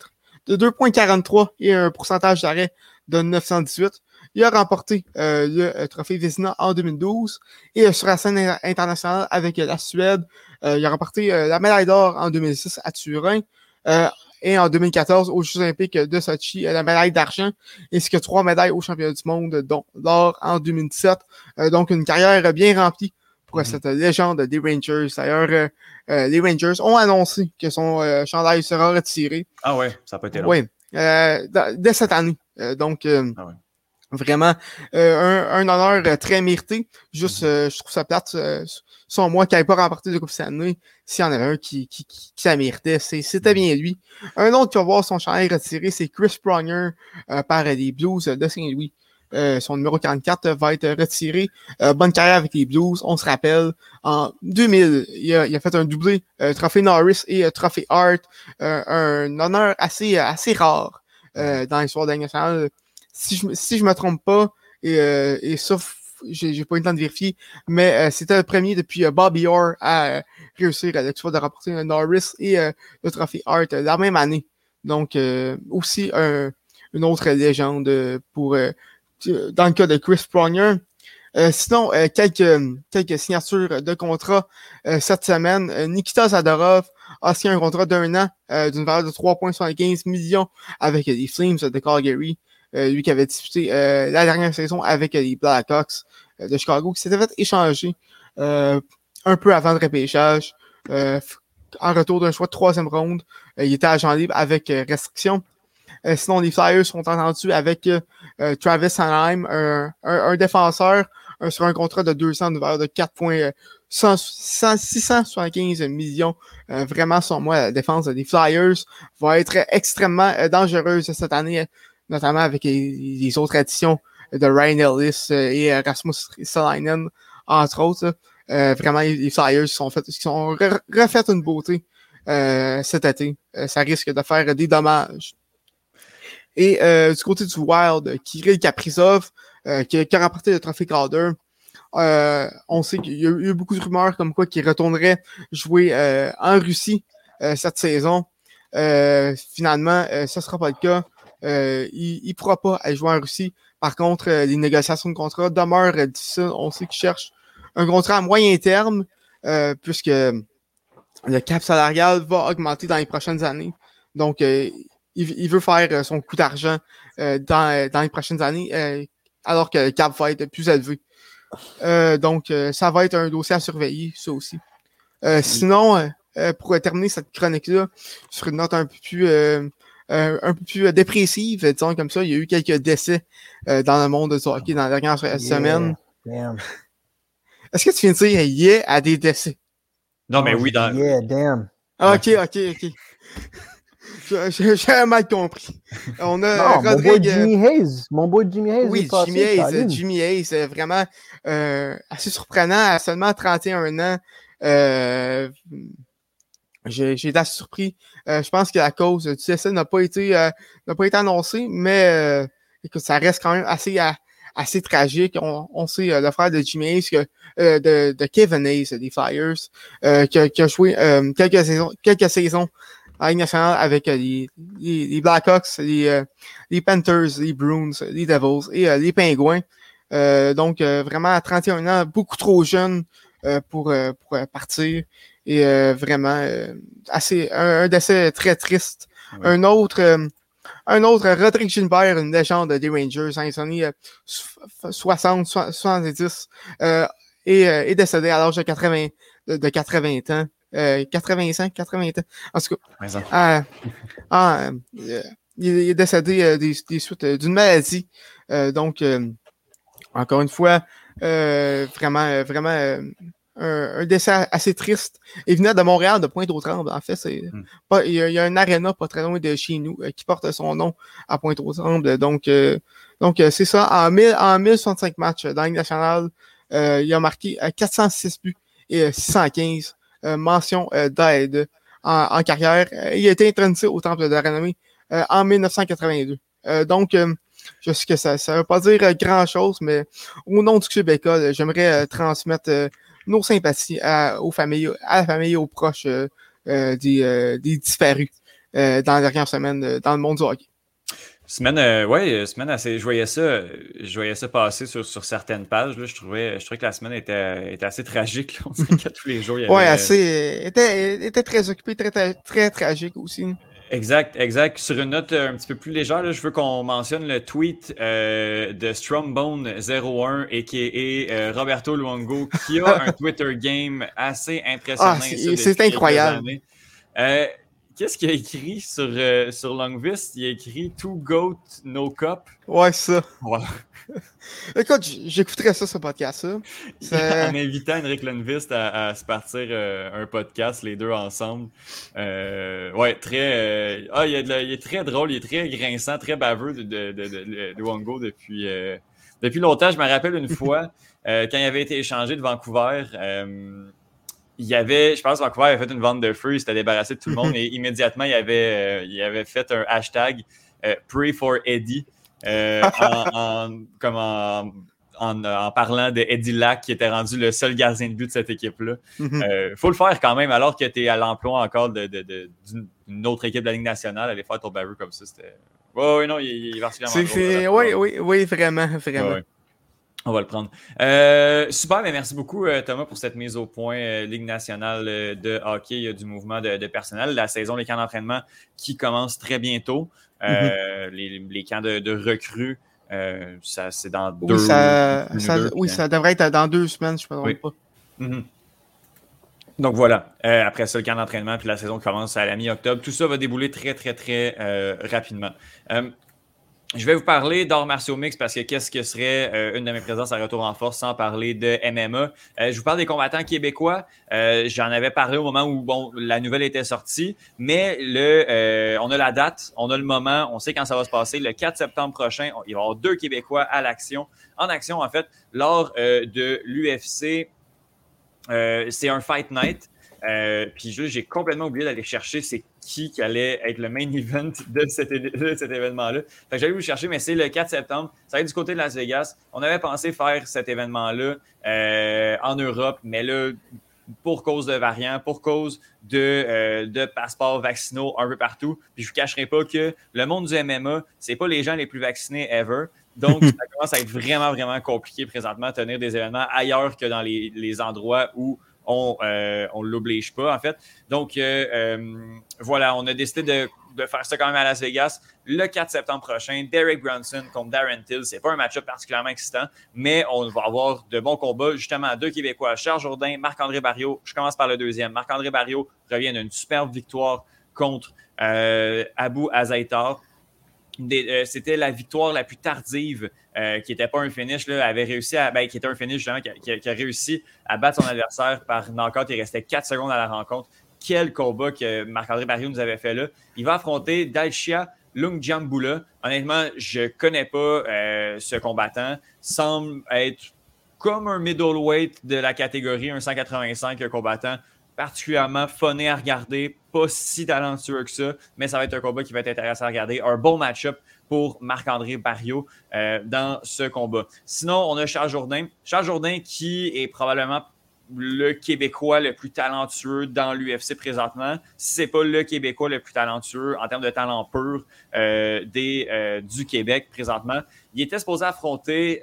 2,43 et un pourcentage d'arrêt de 918. Il a remporté le trophée Vezina en 2012 et sur la scène internationale avec la Suède, il a remporté la médaille d'or en 2006 à Turin. Et en 2014, aux Jeux olympiques de Sochi, la médaille d'argent, ainsi que 3 médailles aux championnats du monde, dont l'or en 2017. Donc, une carrière bien remplie pour cette légende des Rangers. D'ailleurs, les Rangers ont annoncé que son chandail sera retiré. Ah ouais, ça n'a pas été long. Oui, dès cette année. Vraiment, un honneur très mérité. Juste, je trouve ça plate, selon moi, qui n'avait pas remporté de Coupe Stanley. S'il y en avait un qui la méritait, c'était bien lui. Un autre qui va voir son chandail retiré, c'est Chris Pronger par les Blues de Saint-Louis. Son numéro 44 va être retiré. Bonne carrière avec les Blues. On se rappelle, en 2000, il a fait un doublé, trophée Norris et trophée Hart. Un honneur assez rare dans l'histoire de la nationale. Si je me trompe pas, et ça, j'ai pas eu le temps de vérifier, mais c'était le premier depuis Bobby Orr à réussir l'exploit de remporter un Norris et le trophée Hart la même année. Donc, aussi une autre légende pour dans le cas de Chris Pronger. Sinon, quelques signatures de contrat cette semaine. Nikita Zadorov a signé un contrat d'1 an d'une valeur de 3,75 millions avec les Flames de Calgary. Lui qui avait disputé la dernière saison avec les Blackhawks de Chicago, qui s'était fait échanger un peu avant le repêchage en retour d'un choix de 3e ronde. Il était agent libre avec restriction. Sinon, les Flyers sont entendus avec Travis Sanheim, un défenseur sur un contrat de 200 de valeur de 675 millions. Vraiment, selon moi, la défense des Flyers va être extrêmement dangereuse cette année, notamment avec les autres additions de Ryan Ellis et Rasmus Salainen, entre autres. Vraiment, les Flyers sont refait une beauté cet été. Ça risque de faire des dommages. Et du côté du Wild, Kirill Kaprizov, qui a remporté le trophée Calder, on sait qu'il y a eu beaucoup de rumeurs comme quoi qu'il retournerait jouer en Russie cette saison. Finalement, ce ne sera pas le cas. Il ne pourra pas aller jouer en Russie. Par contre, les négociations de contrat demeurent difficiles. On sait qu'il cherche un contrat à moyen terme, puisque le cap salarial va augmenter dans les prochaines années. Donc, il veut faire son coût d'argent dans les prochaines années, alors que le cap va être plus élevé. Donc, ça va être un dossier à surveiller, ça aussi. Sinon, pour terminer cette chronique-là, sur une note un peu plus dépressive, disons comme ça, il y a eu quelques décès dans le monde du hockey dans la dernière semaine. Damn. Est-ce que tu viens de dire yeah à des décès? Non, mais oui, dans... Yeah, damn. Ok. J'ai mal compris. On a mon boy Jimmy Hayes. Oui, Jimmy Hayes, vraiment assez surprenant à seulement 31 ans. J'ai été assez surpris. Je pense que la cause du décès n'a pas été annoncée, mais écoute, ça reste quand même assez tragique. On sait le frère de Jimmy Hayes, de Kevin Hayes des Flyers, qui a joué quelques saisons en Ligue nationale avec les Blackhawks, les Panthers, les Bruins, les Devils et les Pingouins. Donc, vraiment, à 31 ans, beaucoup trop jeune pour partir. Et vraiment, un décès très triste. Oui. Un autre, Roderick Gilbert, une légende des Rangers, dans les années 70, est décédé à l'âge de 80 ans. 80 ans. En tout cas, il est décédé des suites d'une maladie. Donc, encore une fois, vraiment un décès assez triste. Il venait de Montréal, de Pointe-aux-Trembles. En fait, il y a un aréna pas très loin de chez nous qui porte son nom à Pointe-aux-Trembles. Donc c'est ça. En 1065 matchs dans la Ligue nationale, il a marqué 406 buts et 615 mentions d'aide en carrière. Il a été intronisé au Temple de la Renommée en 1982. Je sais que ça ne veut pas dire grand-chose, mais au nom du Québec, j'aimerais transmettre nos sympathies à la famille et aux proches des disparus dans la dernière semaine dans le monde du hockey. Semaine assez. Je voyais ça passer sur certaines pages. Là. Je trouvais que la semaine était assez tragique. Là. On dirait qu'à tous les jours, il y avait... était très occupé, très, très tragique aussi. Exact. Sur une note un petit peu plus légère, là, je veux qu'on mentionne le tweet de Strombone01 a.k.a. Roberto Luongo, qui a un Twitter game assez impressionnant. C'est incroyable. Qu'est-ce qu'il a écrit sur Longvist? Il a écrit « Two goat, no cup ». Ouais, ça. Voilà. Écoute, j'écouterais ça, ce podcast-là. En invitant Henrik Lundqvist à se partir un podcast, les deux ensemble. Très... il est très drôle, il est très grinçant, très baveux de Luongo depuis longtemps. Je me rappelle une fois, quand il avait été échangé de Vancouver... je pense que Vancouver avait fait une vente de feu, il s'était débarrassé de tout le monde et immédiatement, il avait fait un hashtag Pray for Eddie en parlant de Eddie Lack qui était rendu le seul gardien de but de cette équipe-là. Faut le faire quand même, alors que tu es à l'emploi encore d'une autre équipe de la Ligue nationale, aller faire ton baveux comme ça, c'était... Non, il est particulièrement drôle. Oui, vraiment. Ouais. On va le prendre. Super, mais merci beaucoup Thomas pour cette mise au point Ligue nationale de hockey. Il y a du mouvement de personnel. La saison, les camps d'entraînement qui commencent très bientôt. Les camps de recrues, ça c'est dans deux semaines. Ça devrait être dans 2 semaines, je ne me trompe pas. Donc voilà, après ça, le camp d'entraînement, puis la saison commence à la mi-octobre. Tout ça va débouler très, très, très rapidement. Je vais vous parler d'arts martiaux mixtes parce que qu'est-ce que serait une de mes présences à Retour en force sans parler de MMA. Je vous parle des combattants québécois. J'en avais parlé au moment où la nouvelle était sortie, mais on a la date, on a le moment, on sait quand ça va se passer. Le 4 septembre prochain, il va y avoir 2 Québécois en action en fait, lors de l'UFC. C'est un Fight Night. Puis j'ai complètement oublié d'aller chercher c'est qui allait être le main event de cet événement-là. Fait que j'allais vous chercher, mais c'est le 4 septembre. Ça va être du côté de Las Vegas. On avait pensé faire cet événement-là en Europe, mais là, pour cause de variants, pour cause de passeports vaccinaux un peu partout. Puis je vous cacherai pas que le monde du MMA, c'est pas les gens les plus vaccinés ever. Donc, ça commence à être vraiment, vraiment compliqué présentement de tenir des événements ailleurs que dans les endroits où on ne l'oblige pas, en fait. Donc, voilà, on a décidé de faire ça quand même à Las Vegas. Le 4 septembre prochain, Derek Brunson contre Darren Till. C'est pas un match-up particulièrement excitant, mais on va avoir de bons combats. Justement, 2 Québécois, Charles Jourdain, Marc-André Barriault. Je commence par le deuxième. Marc-André Barriault revient d'une superbe victoire contre Abu Azaitar. C'était la victoire la plus tardive qui n'était pas un finish, là, qui était un finish justement, qui a réussi à battre son adversaire par knockout. Il restait 4 secondes à la rencontre. Quel combat que Marc-André Barriault nous avait fait là. Il va affronter Dalshia Lungjambula. Honnêtement, je ne connais pas ce combattant. Semble être comme un middleweight de la catégorie, un 185 combattant, particulièrement funné à regarder, pas si talentueux que ça, mais ça va être un combat qui va être intéressant à regarder. Un bon match-up pour Marc-André Barriault dans ce combat. Sinon, on a Charles Jourdain. Charles Jourdain qui est probablement le Québécois le plus talentueux dans l'UFC présentement. Si ce n'est pas le Québécois le plus talentueux en termes de talent pur du Québec présentement. Il était supposé affronter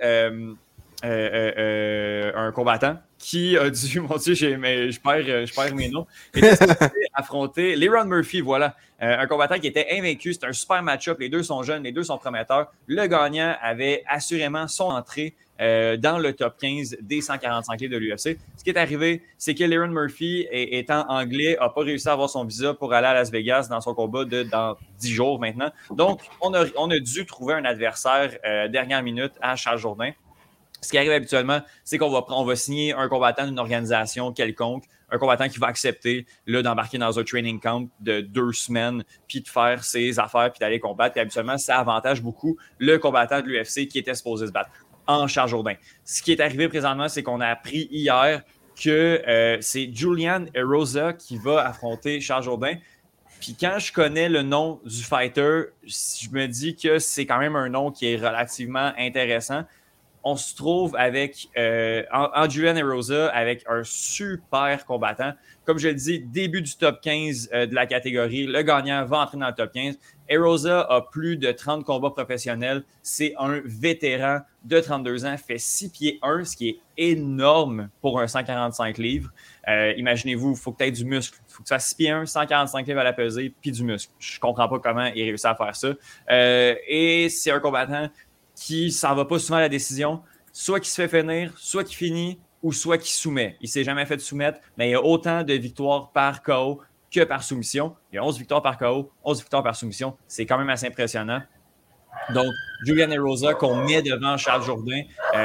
un combattant qui a dû, mon Dieu, je perds mes noms, il était supposé affronter Leron Murphy, voilà, un combattant qui était invaincu. C'est un super match-up, les deux sont jeunes, les deux sont prometteurs. Le gagnant avait assurément son entrée dans le top 15 des 145 livres de l'UFC. Ce qui est arrivé, c'est que Leron Murphy, étant anglais, n'a pas réussi à avoir son visa pour aller à Las Vegas dans son combat dans 10 jours maintenant. Donc, on a dû trouver un adversaire dernière minute à Charles Jourdain. Ce qui arrive habituellement, c'est qu'on va signer un combattant d'une organisation quelconque, un combattant qui va accepter d'embarquer dans un training camp de 2 semaines, puis de faire ses affaires, puis d'aller combattre. Puis habituellement, ça avantage beaucoup le combattant de l'UFC qui était supposé se battre en Charles Jourdain. Ce qui est arrivé présentement, c'est qu'on a appris hier que c'est Julian Erosa qui va affronter Charles Jourdain. Puis quand je connais le nom du fighter, je me dis que c'est quand même un nom qui est relativement intéressant. On se trouve avec Julian Erosa avec un super combattant. Comme je le dis, début du top 15 de la catégorie. Le gagnant va entrer dans le top 15. Erosa a plus de 30 combats professionnels. C'est un vétéran de 32 ans, fait 6 pieds 1, ce qui est énorme pour un 145 livres. Imaginez-vous, il faut que tu aies du muscle. Il faut que tu fasses 6 pieds 1, 145 livres à la pesée, puis du muscle. Je ne comprends pas comment il réussit à faire ça. Et c'est un combattant qui s'en va pas souvent à la décision, soit qui se fait finir, soit qui finit, ou soit qui soumet. Il ne s'est jamais fait soumettre, mais il y a autant de victoires par KO que par soumission. Il y a 11 victoires par KO, 11 victoires par soumission. C'est quand même assez impressionnant. Donc, Julian Erosa qu'on met devant Charles Jourdain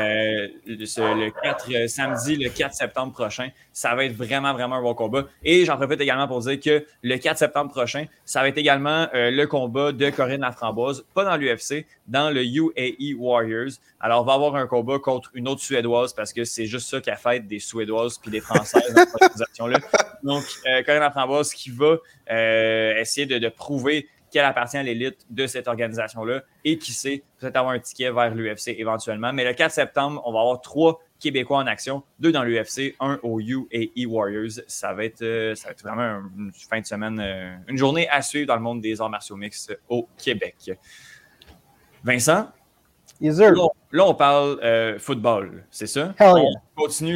samedi, le 4 septembre prochain. Ça va être vraiment, vraiment un bon combat. Et j'en profite également pour dire que le 4 septembre prochain, ça va être également le combat de Corinne Laframboise, pas dans l'UFC, dans le UAE Warriors. Alors, on va avoir un combat contre une autre Suédoise parce que c'est juste ça qu'a fait des Suédoises puis des Françaises dans cette organisation-là. Donc, Corinne Laframboise qui va essayer de prouver qu'elle appartient à l'élite de cette organisation-là et qui sait peut-être avoir un ticket vers l'UFC éventuellement. Mais le 4 septembre, on va avoir 3 Québécois en action, 2 dans l'UFC, 1 au UAE Warriors. Ça va être vraiment une fin de semaine, une journée à suivre dans le monde des arts martiaux mixtes au Québec. Vincent? Yes, sir. Là, on parle football, c'est ça? Hell yeah. On continue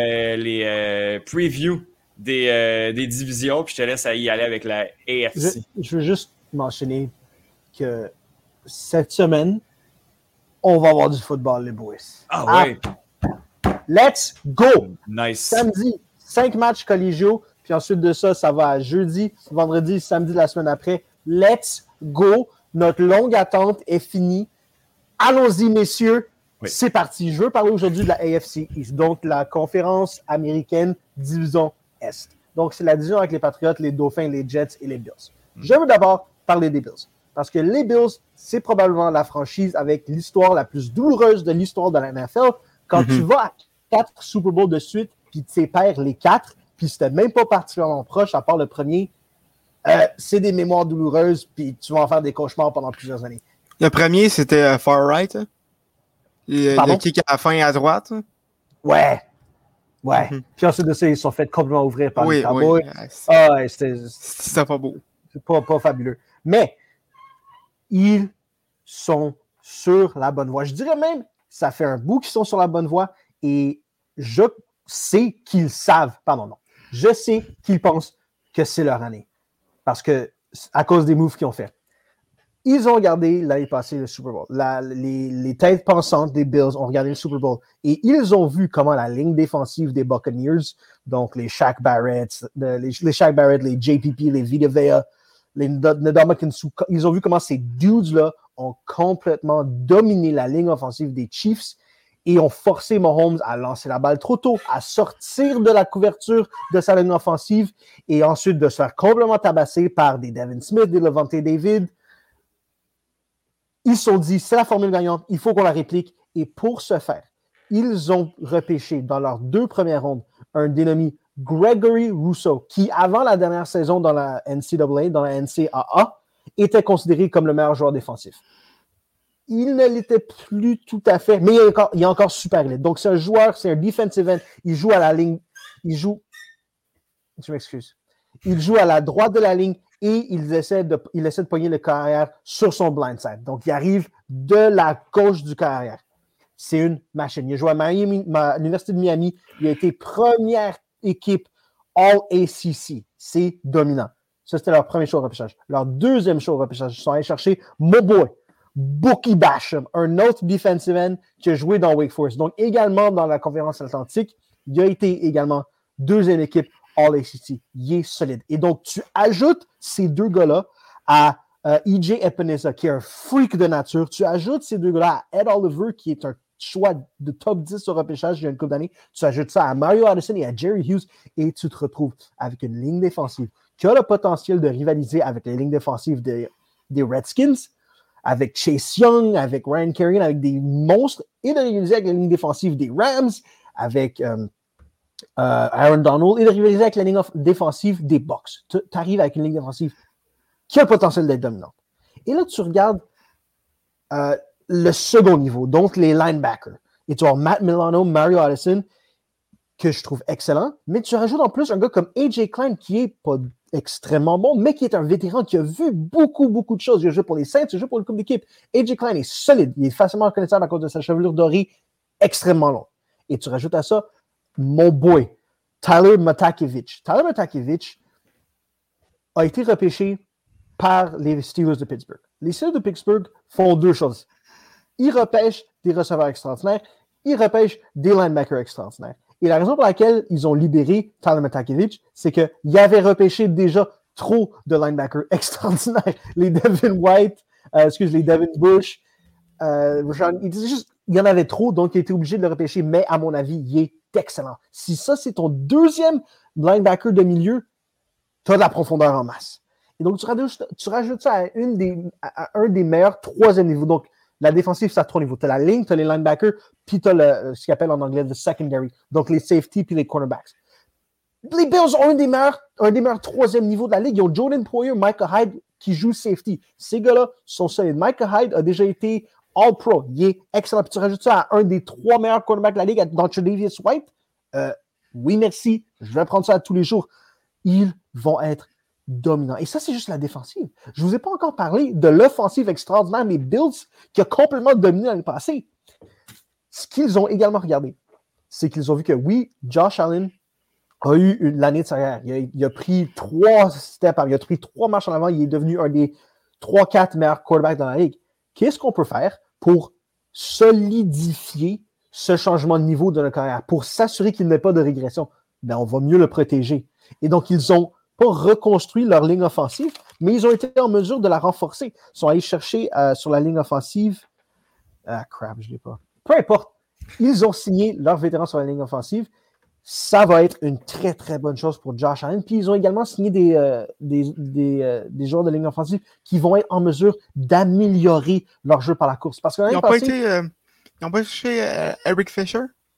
les previews des divisions, puis je te laisse y aller avec la AFC. Je veux juste mentionner que cette semaine, on va avoir du football, les boys. Ah ouais! Let's go! Nice. Samedi, 5 matchs collégiaux, puis ensuite de ça, ça va à jeudi, vendredi, samedi de la semaine après. Let's go! Notre longue attente est finie. Allons-y, messieurs. Oui. C'est parti. Je veux parler aujourd'hui de la AFC East, donc la conférence américaine division Est. Donc, c'est la division avec les Patriots, les Dauphins, les Jets et les Bills. Je veux d'abord parler des Bills. Parce que les Bills, c'est probablement la franchise avec l'histoire la plus douloureuse de l'histoire de la NFL. Quand tu vas à 4 Super Bowls de suite, puis tu perds les 4, puis c'était même pas particulièrement proche, à part le premier, c'est des mémoires douloureuses, puis tu vas en faire des cauchemars pendant plusieurs années. Le premier, c'était far right. Hein? Le kick à la fin à droite. Hein? Ouais. Puis ensuite de ça, ils se sont fait complètement ouvrir par les Cowboys. Oui. C'était pas beau. C'est pas fabuleux. Mais ils sont sur la bonne voie. Je dirais même, ça fait un bout qu'ils sont sur la bonne voie et je sais qu'ils savent, je sais qu'ils pensent que c'est leur année. Parce que à cause des moves qu'ils ont fait. Ils ont regardé l'année passée le Super Bowl. Les têtes pensantes des Bills ont regardé le Super Bowl et ils ont vu comment la ligne défensive des Buccaneers, donc les Shaq Barrett, les JPP, les Vita Vea, les Ndamukong Suh, ils ont vu comment ces dudes-là ont complètement dominé la ligne offensive des Chiefs et ont forcé Mahomes à lancer la balle trop tôt, à sortir de la couverture de sa ligne offensive et ensuite de se faire complètement tabasser par des Devin Smith, des Levante David. Ils se sont dit, c'est la formule gagnante, il faut qu'on la réplique. Et pour ce faire, ils ont repêché dans leurs 2 premières rondes un dénommé Gregory Rousseau, qui, avant la dernière saison dans la NCAA, dans la NCAA, était considéré comme le meilleur joueur défensif. Il ne l'était plus tout à fait, mais il est encore super élite. Donc, c'est un joueur, c'est un defensive end. Il joue à la ligne, je m'excuse. Il joue à la droite de la ligne et il essaie de pogner le carrière sur son blindside. Donc, il arrive de la gauche du carrière. C'est une machine. Il a joué à l'Université de Miami. Il a été première équipe All-ACC. C'est dominant. Ça, c'était leur premier show de repêchage. Leur deuxième show de repêchage, ils sont allés chercher mon boy, Bookie Basham, un autre defensive end qui a joué dans Wake Forest. Donc, également dans la conférence atlantique, il a été également deuxième équipe All-ACC. Il est solide. Et donc, tu ajoutes ces 2 gars-là à E.J. Epinesa, qui est un freak de nature. Tu ajoutes ces 2 gars-là à Ed Oliver, qui est un choix de top 10 au repêchage il y a une couple d'années. Tu ajoutes ça à Mario Addison et à Jerry Hughes et tu te retrouves avec une ligne défensive qui a le potentiel de rivaliser avec les lignes défensives des Redskins, avec Chase Young, avec Ryan Kerrigan, avec des monstres, et de rivaliser avec la ligne défensive des Rams, avec Aaron Donald, et de rivaliser avec la ligne défensive des Bucks. Tu arrives avec une ligne défensive qui a le potentiel d'être dominante. Et là, tu regardes le second niveau, donc les linebackers. Et tu as Matt Milano, Mario Addison, que je trouve excellent, mais tu rajoutes en plus un gars comme A.J. Klein, qui est pas extrêmement bon, mais qui est un vétéran qui a vu beaucoup, beaucoup de choses. Il a joué pour les Saints, il a joué pour le couple d'équipe. A.J. Klein est solide, il est facilement reconnaissable à cause de sa chevelure dorée extrêmement longue. Et tu rajoutes à ça mon boy, Tyler Matakevich. Tyler Matakevich a été repêché par les Steelers de Pittsburgh. Les Steelers de Pittsburgh font 2 choses. Ils repêchent des receveurs extraordinaires, ils repêchent des linebackers extraordinaires. Et la raison pour laquelle ils ont libéré Tyler Matakevich, c'est qu'ils avaient repêché déjà trop de linebackers extraordinaires. Les Devin White, les Devin Bush, il y en avait trop, donc il était obligé de le repêcher, mais à mon avis, il est excellent. Si ça, c'est ton deuxième linebacker de milieu, tu as de la profondeur en masse. Et donc, tu rajoutes ça à un des meilleurs 3e niveaux. Donc, la défensive, c'est à 3 niveaux. Tu as la ligne, tu as les linebackers, puis tu as ce qu'ils appellent en anglais le secondary, donc les safety puis les cornerbacks. Les Bills ont un des meilleurs 3e niveaux de la ligue. Ils ont Jordan Poyer, Micah Hyde qui joue safety. Ces gars-là sont solides. Micah Hyde a déjà été All-Pro. Il est excellent. Puis tu rajoutes ça à un des 3 meilleurs cornerbacks de la ligue, dans Tre'Davious White. Oui, merci. Je vais prendre ça à tous les jours. Ils vont être dominant. Et ça, c'est juste la défensive. Je ne vous ai pas encore parlé de l'offensive extraordinaire des Bills qui a complètement dominé l'année passée. Ce qu'ils ont également regardé, c'est qu'ils ont vu que oui, Josh Allen a eu l'année de sa carrière. Il a pris 3 steps, il a pris 3 marches en avant, il est devenu un des 3-4 meilleurs quarterbacks dans la ligue. Qu'est-ce qu'on peut faire pour solidifier ce changement de niveau de notre carrière, pour s'assurer qu'il n'y ait pas de régression? Ben, on va mieux le protéger. Et donc, ils ont pas reconstruit leur ligne offensive, mais ils ont été en mesure de la renforcer. Ils sont allés chercher sur la ligne offensive. Je l'ai pas. Peu importe. Ils ont signé leurs vétérans sur la ligne offensive. Ça va être une très, très bonne chose pour Josh Allen. Puis ils ont également signé des joueurs de ligne offensive qui vont être en mesure d'améliorer leur jeu par la course. Parce que ils n'ont pas cherché Eric Fisher?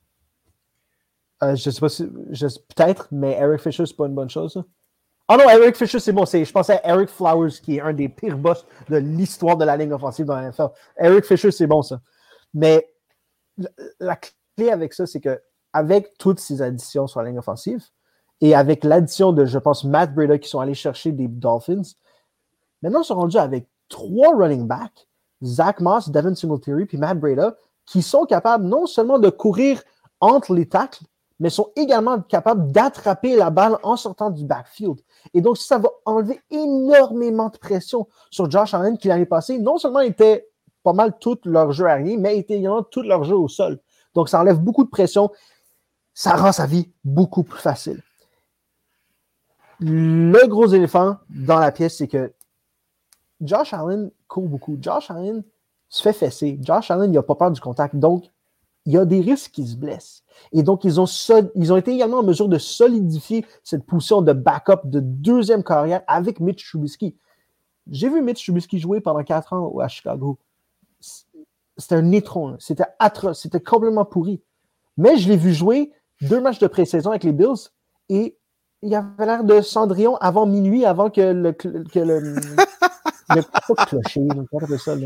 Je ne sais pas si. Peut-être, mais Eric Fisher, c'est pas une bonne chose. Ça. Ah non, Eric Fisher, c'est bon. Je pensais à Eric Flowers, qui est un des pires boss de l'histoire de la ligne offensive dans la NFL. Eric Fisher, c'est bon, ça. Mais la clé avec ça, c'est que avec toutes ces additions sur la ligne offensive et avec l'addition de, je pense, Matt Breida qui sont allés chercher des Dolphins, maintenant, ils sont rendus avec 3 running backs, Zach Moss, Devin Singletary puis Matt Breida, qui sont capables non seulement de courir entre les tacles, mais sont également capables d'attraper la balle en sortant du backfield. Et donc, ça va enlever énormément de pression sur Josh Allen, qui l'année passée, non seulement était pas mal tout leur jeu aérien, mais était également tout leur jeu au sol. Donc, ça enlève beaucoup de pression. Ça rend sa vie beaucoup plus facile. Le gros éléphant dans la pièce, c'est que Josh Allen court beaucoup. Josh Allen se fait fesser. Josh Allen, il n'a pas peur du contact. Donc, il y a des risques qu'il se blesse. Et donc, ils ont été également en mesure de solidifier cette position de backup de deuxième carrière avec Mitch Trubisky. J'ai vu Mitch Trubisky jouer pendant 4 ans à Chicago. C'était un étron. C'était atroce. C'était complètement pourri. Mais je l'ai vu jouer 2 matchs de pré-saison avec les Bills et il avait l'air de Cendrillon avant minuit, avant que le pas clocher, comment on appelle ça,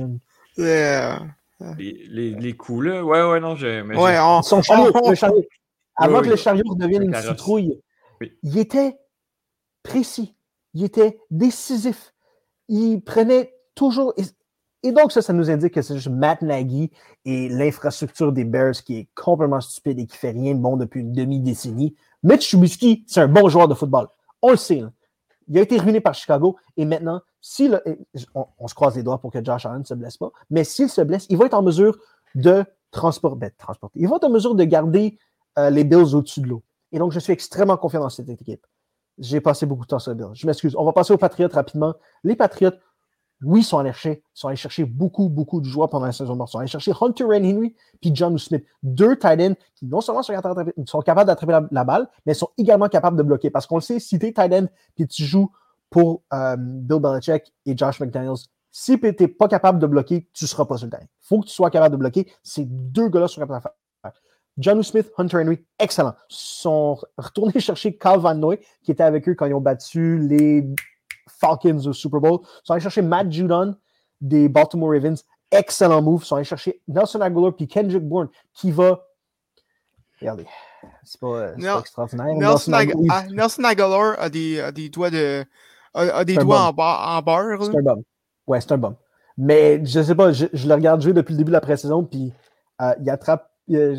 Les coups, là. Ouais, non, son chariot, le chariot. Avant que le chariot redevienne une citrouille, oui. Il était précis, il était décisif, il prenait toujours... Et donc, ça nous indique que c'est juste Matt Nagy et l'infrastructure des Bears qui est complètement stupide et qui fait rien de bon depuis une demi-décennie. Mitch Trubisky, c'est un bon joueur de football. On le sait. Là. Il a été ruiné par Chicago et maintenant, on se croise les doigts pour que Josh Allen ne se blesse pas, mais s'il se blesse, il va être en mesure de transporter. Il va être en mesure de garder les Bills au-dessus de l'eau. Et donc, je suis extrêmement confiant dans cette équipe. J'ai passé beaucoup de temps sur les Bills. Je m'excuse. On va passer aux Patriots rapidement. Les Patriots, oui, sont allés chercher beaucoup de joueurs pendant la saison morte. Ils sont allés chercher Hunter Henry puis John Smith. 2 tight ends qui non seulement sont capables d'attraper la balle, mais sont également capables de bloquer. Parce qu'on le sait, si tu es tight end puis tu joues pour Bill Belichick et Josh McDaniels, si tu n'es pas capable de bloquer, tu ne seras pas sur le terrain. Il faut que tu sois capable de bloquer. Ces 2 gars-là sont capables de faire. John Smith, Hunter Henry, excellent. Ils sont retournés chercher Kyle Van Noy, qui était avec eux quand ils ont battu les Falcons au Super Bowl. Ils sont allés chercher Matt Judon des Baltimore Ravens. Excellent move. Ils sont allés chercher Nelson Aguilar puis Kendrick Bourne qui va... Regardez, c'est pas extraordinaire. Nelson Aguilar a des doigts en barre. C'est un bum. Ouais, c'est un bum. Mais je sais pas, je le regarde jouer depuis le début de la pré-saison puis il attrape...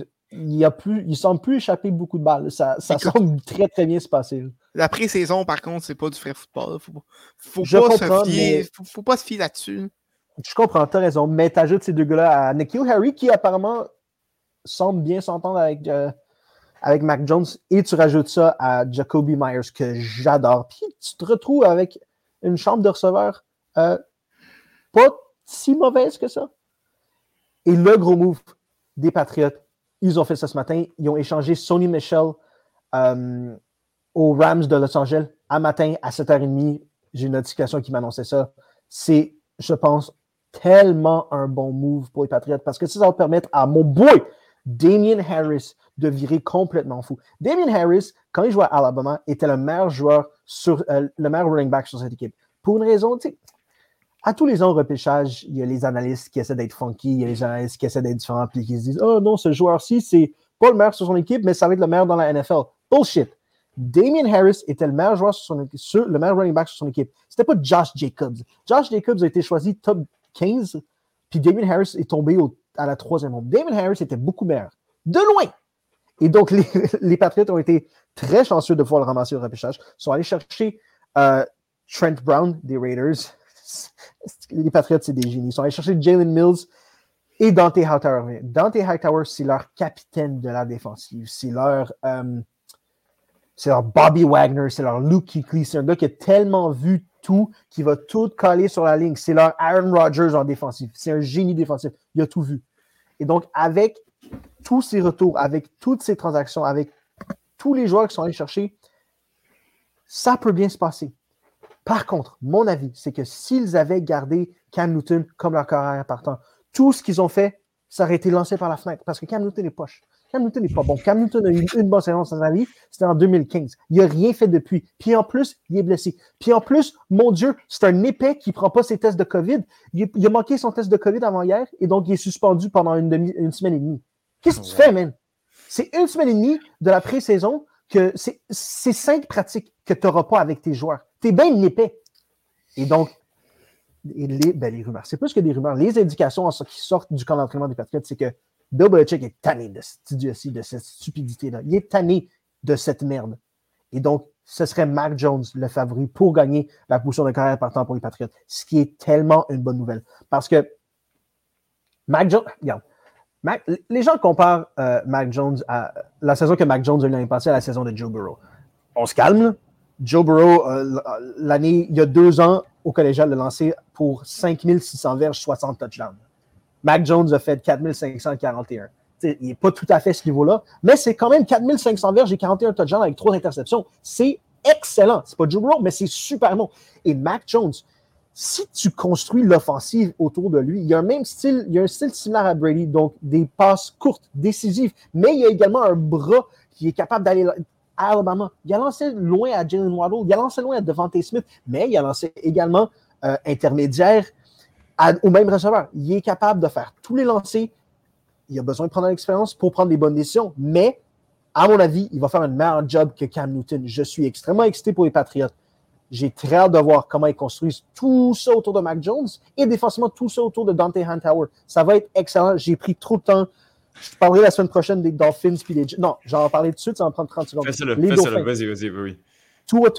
il semble plus échapper beaucoup de balles. Ça semble très, très bien se passer. La pré-saison, par contre, c'est pas du vrai football. Faut pas se fier là-dessus. Je comprends, t'as raison. Mais t'ajoutes ces 2 gars-là à N'Keal Harry, qui apparemment semble bien s'entendre avec Mac Jones, et tu rajoutes ça à Jacoby Myers, que j'adore. Puis tu te retrouves avec une chambre de receveurs pas si mauvaise que ça. Et le gros move des Patriots, ils ont fait ça ce matin. Ils ont échangé Sony Michel aux Rams de Los Angeles à matin à 7h30. J'ai une notification qui m'annonçait ça. C'est, je pense, tellement un bon move pour les Patriots parce que ça va permettre à mon boy Damien Harris de virer complètement fou. Damien Harris, quand il jouait à Alabama, était le meilleur joueur le meilleur running back sur cette équipe. Pour une raison, tu sais, à tous les ans au repêchage, il y a les analystes qui essaient d'être funky, il y a les analystes qui essaient d'être différents, puis qui se disent « Oh non, ce joueur-ci, c'est pas le meilleur sur son équipe, mais ça va être le meilleur dans la NFL. » Bullshit. Damien Harris était le meilleur joueur le meilleur running back sur son équipe. C'était pas Josh Jacobs. Josh Jacobs a été choisi top 15, puis Damien Harris est tombé à la 3e ronde. Damien Harris était beaucoup meilleur. De loin! Et donc, les Patriots ont été très chanceux de pouvoir le ramasser au repêchage. Ils sont allés chercher Trent Brown des Raiders. Les Patriots, c'est des génies. Ils sont allés chercher Jalen Mills et Dante Hightower. Dante Hightower, c'est leur capitaine de la défensive. C'est leur Bobby Wagner, c'est leur Luke Kuechly. C'est un gars qui a tellement vu tout, qui va tout coller sur la ligne. C'est leur Aaron Rodgers en défensive. C'est un génie défensif. Il a tout vu. Et donc, avec tous ces retours, avec toutes ces transactions, avec tous les joueurs qui sont allés chercher, ça peut bien se passer. Par contre, mon avis, c'est que s'ils avaient gardé Cam Newton comme leur carrière partant, tout ce qu'ils ont fait, ça aurait été lancé par la fenêtre parce que Cam Newton est poche. Cam Newton n'est pas bon. Cam Newton a eu une bonne saison dans sa vie, c'était en 2015. Il n'a rien fait depuis. Puis en plus, il est blessé. Puis en plus, mon Dieu, c'est un épais qui ne prend pas ses tests de COVID. Il a manqué son test de COVID avant hier et donc il est suspendu pendant une semaine et demie. Qu'est-ce que tu fais, man? C'est une semaine et demie de la pré-saison que c'est 5 pratiques que tu n'auras pas avec tes joueurs. T'es bien épais. Et donc, les rumeurs, c'est plus que des rumeurs. Les indications qui sortent du camp d'entraînement des Patriots, c'est que Bill Belichick est tanné de cette idiotie, de cette stupidité-là. Il est tanné de cette merde. Et donc, ce serait Mac Jones le favori pour gagner la position de carrière partant pour les Patriots. Ce qui est tellement une bonne nouvelle. Parce que Mac Jones, regarde, les gens comparent Mac Jones à la saison que Mac Jones a eu l'année passée à la saison de Joe Burrow. On se calme, là. Joe Burrow, l'année, il y a 2 ans, au collégial, l'a lancé pour 5600 verges, 60 touchdowns. Mac Jones a fait 4541. Il n'est pas tout à fait ce niveau-là, mais c'est quand même 4500 verges et 41 touchdowns avec 3 interceptions. C'est excellent. C'est pas Joe Burrow, mais c'est super bon. Et Mac Jones, si tu construis l'offensive autour de lui, il y a un style similaire à Brady, donc des passes courtes, décisives, mais il y a également un bras qui est capable d'aller à Alabama. Il a lancé loin à Jalen Waddle, il a lancé loin à Devontae Smith, mais il a lancé également intermédiaire au même receveur. Il est capable de faire tous les lancers. Il a besoin de prendre l'expérience pour prendre les bonnes décisions, mais à mon avis, il va faire un meilleur job que Cam Newton. Je suis extrêmement excité pour les Patriots. J'ai très hâte de voir comment ils construisent tout ça autour de Mac Jones et défensivement tout ça autour de Dante Hightower. Ça va être excellent. J'ai pris trop de temps. Je parlerai la semaine prochaine des Dolphins puis des... Non, j'en vais parler tout de suite, ça va me prendre 30 secondes. Fais-le, vas-y, oui. Tua,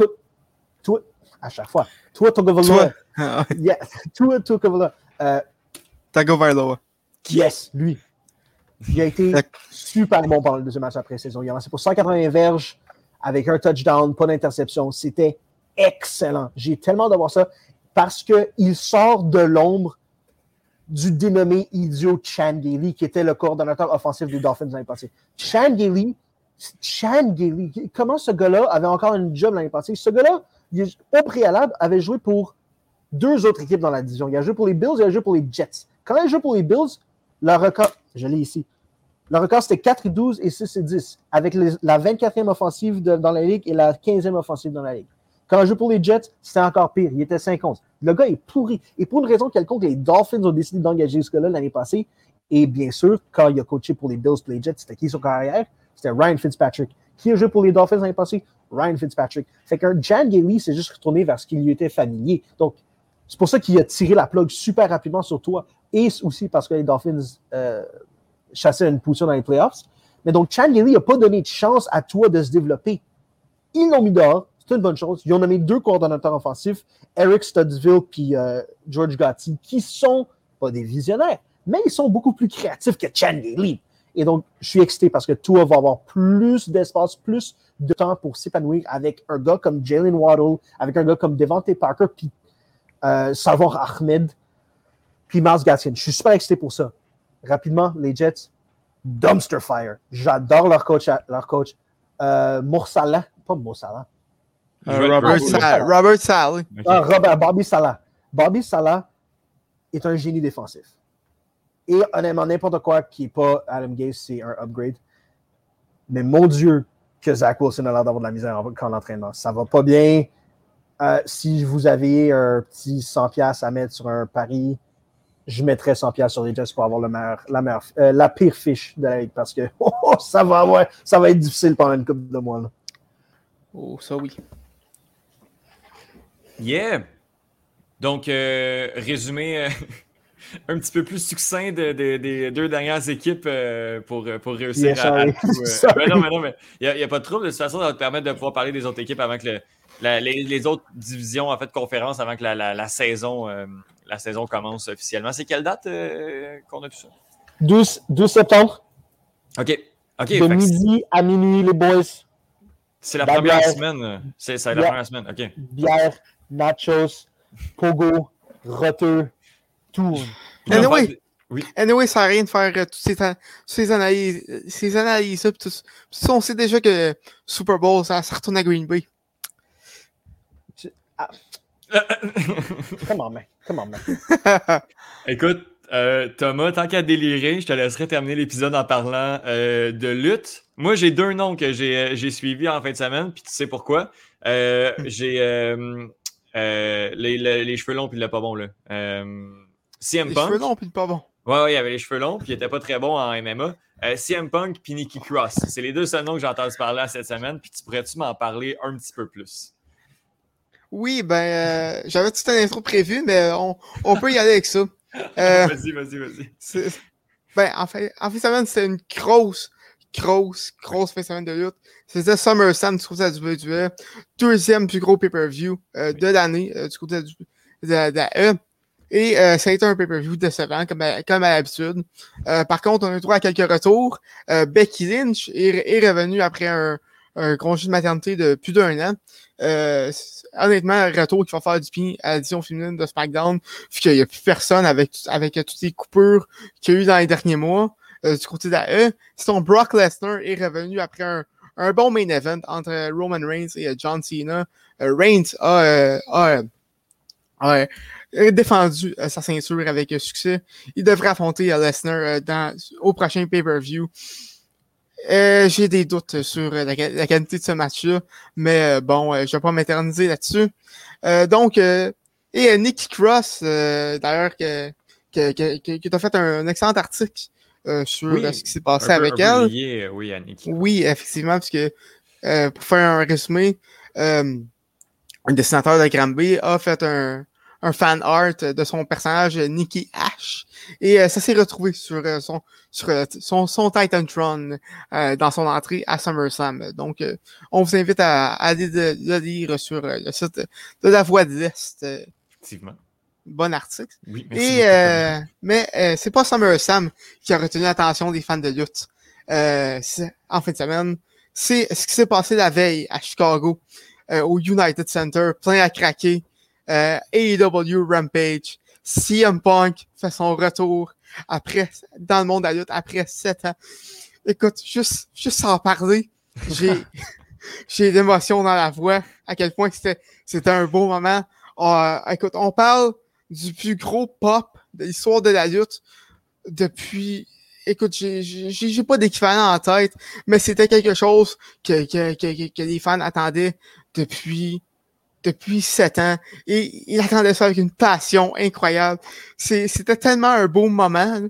à chaire fois. Tua Tagovailoa. Yeah, Tua Tagovailoa. Tagovailoa. Yes, lui. Il a été super bon pendant le deuxième match après-saison. Il a lancé pour 180 verges avec un touchdown, pas d'interception. C'était excellent. J'ai tellement hâte de voir ça parce qu'il sort de l'ombre du dénommé idiot Chan Gailey, qui était le coordonnateur offensif des Dolphins l'année passée. Chan Gailey, comment ce gars-là avait encore une job l'année passée? Ce gars-là, au préalable, avait joué pour 2 autres équipes dans la division. Il a joué pour les Bills, il a joué pour les Jets. Quand il a joué pour les Bills, le record, je l'ai ici, le record c'était 4-12 et 6-10, avec la 24e offensive dans la ligue et la 15e offensive dans la ligue. Quand il a joué pour les Jets, c'était encore pire. Il était 5-11. Le gars est pourri. Et pour une raison quelconque, les Dolphins ont décidé d'engager ce gars-là l'année passée. Et bien sûr, quand il a coaché pour les Bills et les Jets, c'était qui son carrière? C'était Ryan Fitzpatrick. Qui a joué pour les Dolphins l'année passée? Ryan Fitzpatrick. Fait qu'un Chan Gailey s'est juste retourné vers ce qui lui était familier. Donc, c'est pour ça qu'il a tiré la plug super rapidement sur toi. Et aussi parce que les Dolphins chassaient une position dans les playoffs. Mais donc, Chan Gailey n'a pas donné de chance à toi de se développer. Ils l'ont mis dehors. C'est une bonne chose. Ils ont nommé 2 coordonnateurs offensifs, Eric Studesville et George Gotti, qui sont pas des visionnaires, mais ils sont beaucoup plus créatifs que Chan Gailey. Et donc, je suis excité parce que Tua va avoir plus d'espace, plus de temps pour s'épanouir avec un gars comme Jalen Waddle, avec un gars comme Devontae Parker, puis Salvon Ahmed, puis Myles Gaskin. Je suis super excité pour ça. Rapidement, les Jets, dumpster fire. J'adore leur coach. Morsala, pas Morsala. Robert Saleh. Okay. Bobby Salah. Bobby Salah est un génie défensif. Et honnêtement, n'importe quoi qui n'est pas Adam Gase, c'est un upgrade. Mais mon Dieu, que Zach Wilson a l'air d'avoir de la misère en l'entraînement. Ça va pas bien. Si vous avez un petit 100$ à mettre sur un pari, je mettrais 100$ sur les Jets pour avoir la pire fiche de la ligue parce que ça va être difficile pendant une couple de mois. Là. Oh, ça oui. Yeah! Donc, résumé un petit peu plus succinct des 2 dernières équipes pour réussir à tout. Mais il n'y a pas de trouble. De toute façon, ça va te permettre de pouvoir parler des autres équipes avant que les autres divisions, en fait, conférences, avant que la saison commence officiellement. C'est quelle date qu'on a pu ça? 12 septembre. OK. De midi à minuit, les boys. C'est la première semaine. C'est la première semaine, OK. Bière, nachos, pogo, roteux, tout. Anyway, ça n'a rien de faire toutes ces analyses. Tout ça, on sait déjà que Super Bowl, ça retourne à Green Bay. Come on, man. Écoute, Thomas, tant qu'à délirer, je te laisserai terminer l'épisode en parlant de lutte. Moi, j'ai 2 noms que j'ai suivis en fin de semaine, puis tu sais pourquoi. J'ai les cheveux longs puis le pas bon, là. CM Punk. Les cheveux longs puis le pas bon. Ouais, il avait les cheveux longs puis il était pas très bon en MMA. CM Punk puis Nikki Cross. C'est les 2 seuls noms que j'ai entendu parler cette semaine, puis tu pourrais-tu m'en parler un petit peu plus? Oui, j'avais toute une intro prévue, mais on peut y aller avec ça. Vas-y. Ben, en fait, semaine, c'était une grosse fin de semaine de lutte. C'était SummerSlam du côté de la WWE. Deuxième plus gros pay-per-view de l'année du côté de la E. Et ça a été un pay-per-view décevant, comme à l'habitude. Par contre, on a eu droit à quelques retours. Becky Lynch est revenue après un congé de maternité de plus d'1 an. Honnêtement, un retour qui va faire du bien à l'édition féminine de SmackDown, vu qu'il n'y a plus personne avec toutes les coupures qu'il y a eu dans les derniers mois du côté de la E. Sinon, Brock Lesnar est revenu après un bon main event entre Roman Reigns et John Cena. Reigns a défendu sa ceinture avec succès. Il devrait affronter Lesnar au prochain pay-per-view. J'ai des doutes sur la qualité de ce match-là, mais bon, je vais pas m'éterniser là-dessus. Et Nikki Cross, d'ailleurs, qui t'a fait un excellent article sur ce qui s'est passé avec elle. Lié, oui, à Nikki. Oui, effectivement, parce que pour faire un résumé, un dessinateur de Granby a fait un fan art de son personnage Nikki Ash et ça s'est retrouvé sur son Titantron dans son entrée à SummerSlam. Donc on vous invite à aller le lire sur le site de La Voix de l'Est. Effectivement. Bon article. Oui, merci mais c'est pas SummerSlam qui a retenu l'attention des fans de lutte en fin de semaine. C'est ce qui s'est passé la veille à Chicago au United Center, plein à craquer. AEW Rampage, CM Punk fait son retour dans le monde de la lutte après 7 ans. Écoute, juste sans parler, j'ai l'émotion dans la voix, à quel point c'était un beau moment. Écoute, on parle du plus gros pop de l'histoire de la lutte depuis... Écoute, j'ai pas d'équivalent en tête, mais c'était quelque chose que les fans attendaient depuis 7 ans, et il attendait ça avec une passion incroyable. C'était tellement un beau moment.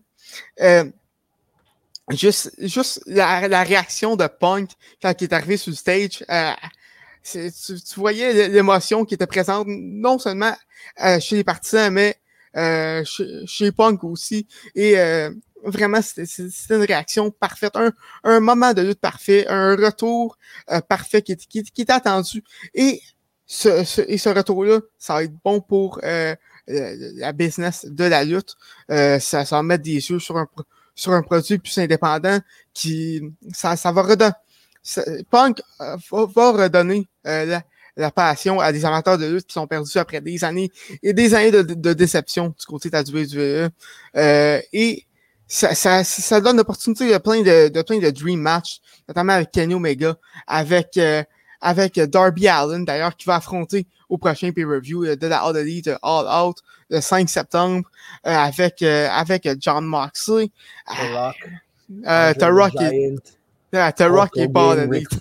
Juste la réaction de Punk quand il est arrivé sur le stage, tu voyais l'émotion qui était présente non seulement chez les partisans, mais chez Punk aussi. Et vraiment, c'était une réaction parfaite, un moment de lutte parfait, un retour parfait qui était attendu. Et ce retour-là, ça va être bon pour la business de la lutte. Ça va mettre des yeux sur un produit plus indépendant ça va redonner. Punk va redonner la passion à des amateurs de lutte qui sont perdus après des années et des années de déception du côté de la WWE. Et ça donne l'opportunité de plein de dream match, notamment avec Kenny Omega, avec Darby Allin, d'ailleurs, qui va affronter au prochain pay-per-view de la All Elite All Out le 5 septembre avec John Moxley. The Rock est pas All Elite.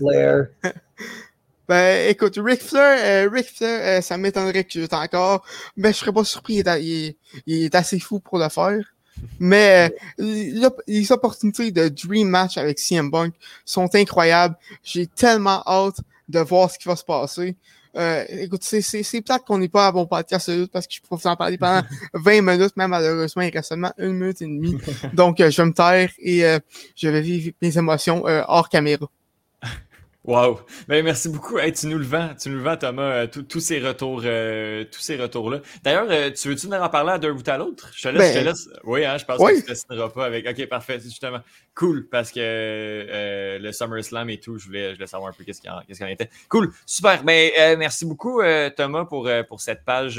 Ben, écoute, Ric Flair, ça m'étonnerait que tu lutte encore, mais je serais pas surpris, il est assez fou pour le faire. Mais les opportunités de Dream Match avec CM Punk sont incroyables. J'ai tellement hâte de voir ce qui va se passer. Écoute, c'est plate qu'on n'ait pas un bon podcast parce que je pourrais vous en parler pendant 20 minutes, mais malheureusement, il reste seulement 1 minute et demie. Donc, je vais me taire et je vais vivre mes émotions hors caméra. Wow! Ben, merci beaucoup. Hey, tu nous le vends, Thomas, tous ces retours-là. D'ailleurs, tu veux-tu venir en parler d'un bout à l'autre? Je te laisse. Oui, hein, je pense que tu te signeras pas avec. Ok, parfait, justement. Cool, parce que le SummerSlam et tout, je voulais savoir un peu qu'est-ce qu'il en était. Cool, super. Ben, merci beaucoup, Thomas, pour cette page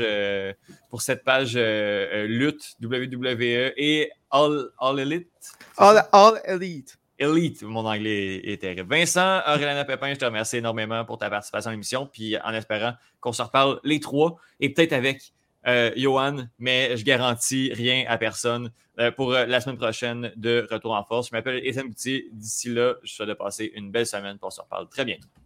lutte WWE et All Elite. All Elite. Elite, mon anglais est terrible. Vincent, Aurélien Pépin, je te remercie énormément pour ta participation à l'émission, puis en espérant qu'on se reparle les trois, et peut-être avec Johan, mais je garantis rien à personne pour la semaine prochaine de Retour en Force. Je m'appelle Étienne Boutier. D'ici là, je souhaite de passer une belle semaine, pour se reparler très bientôt.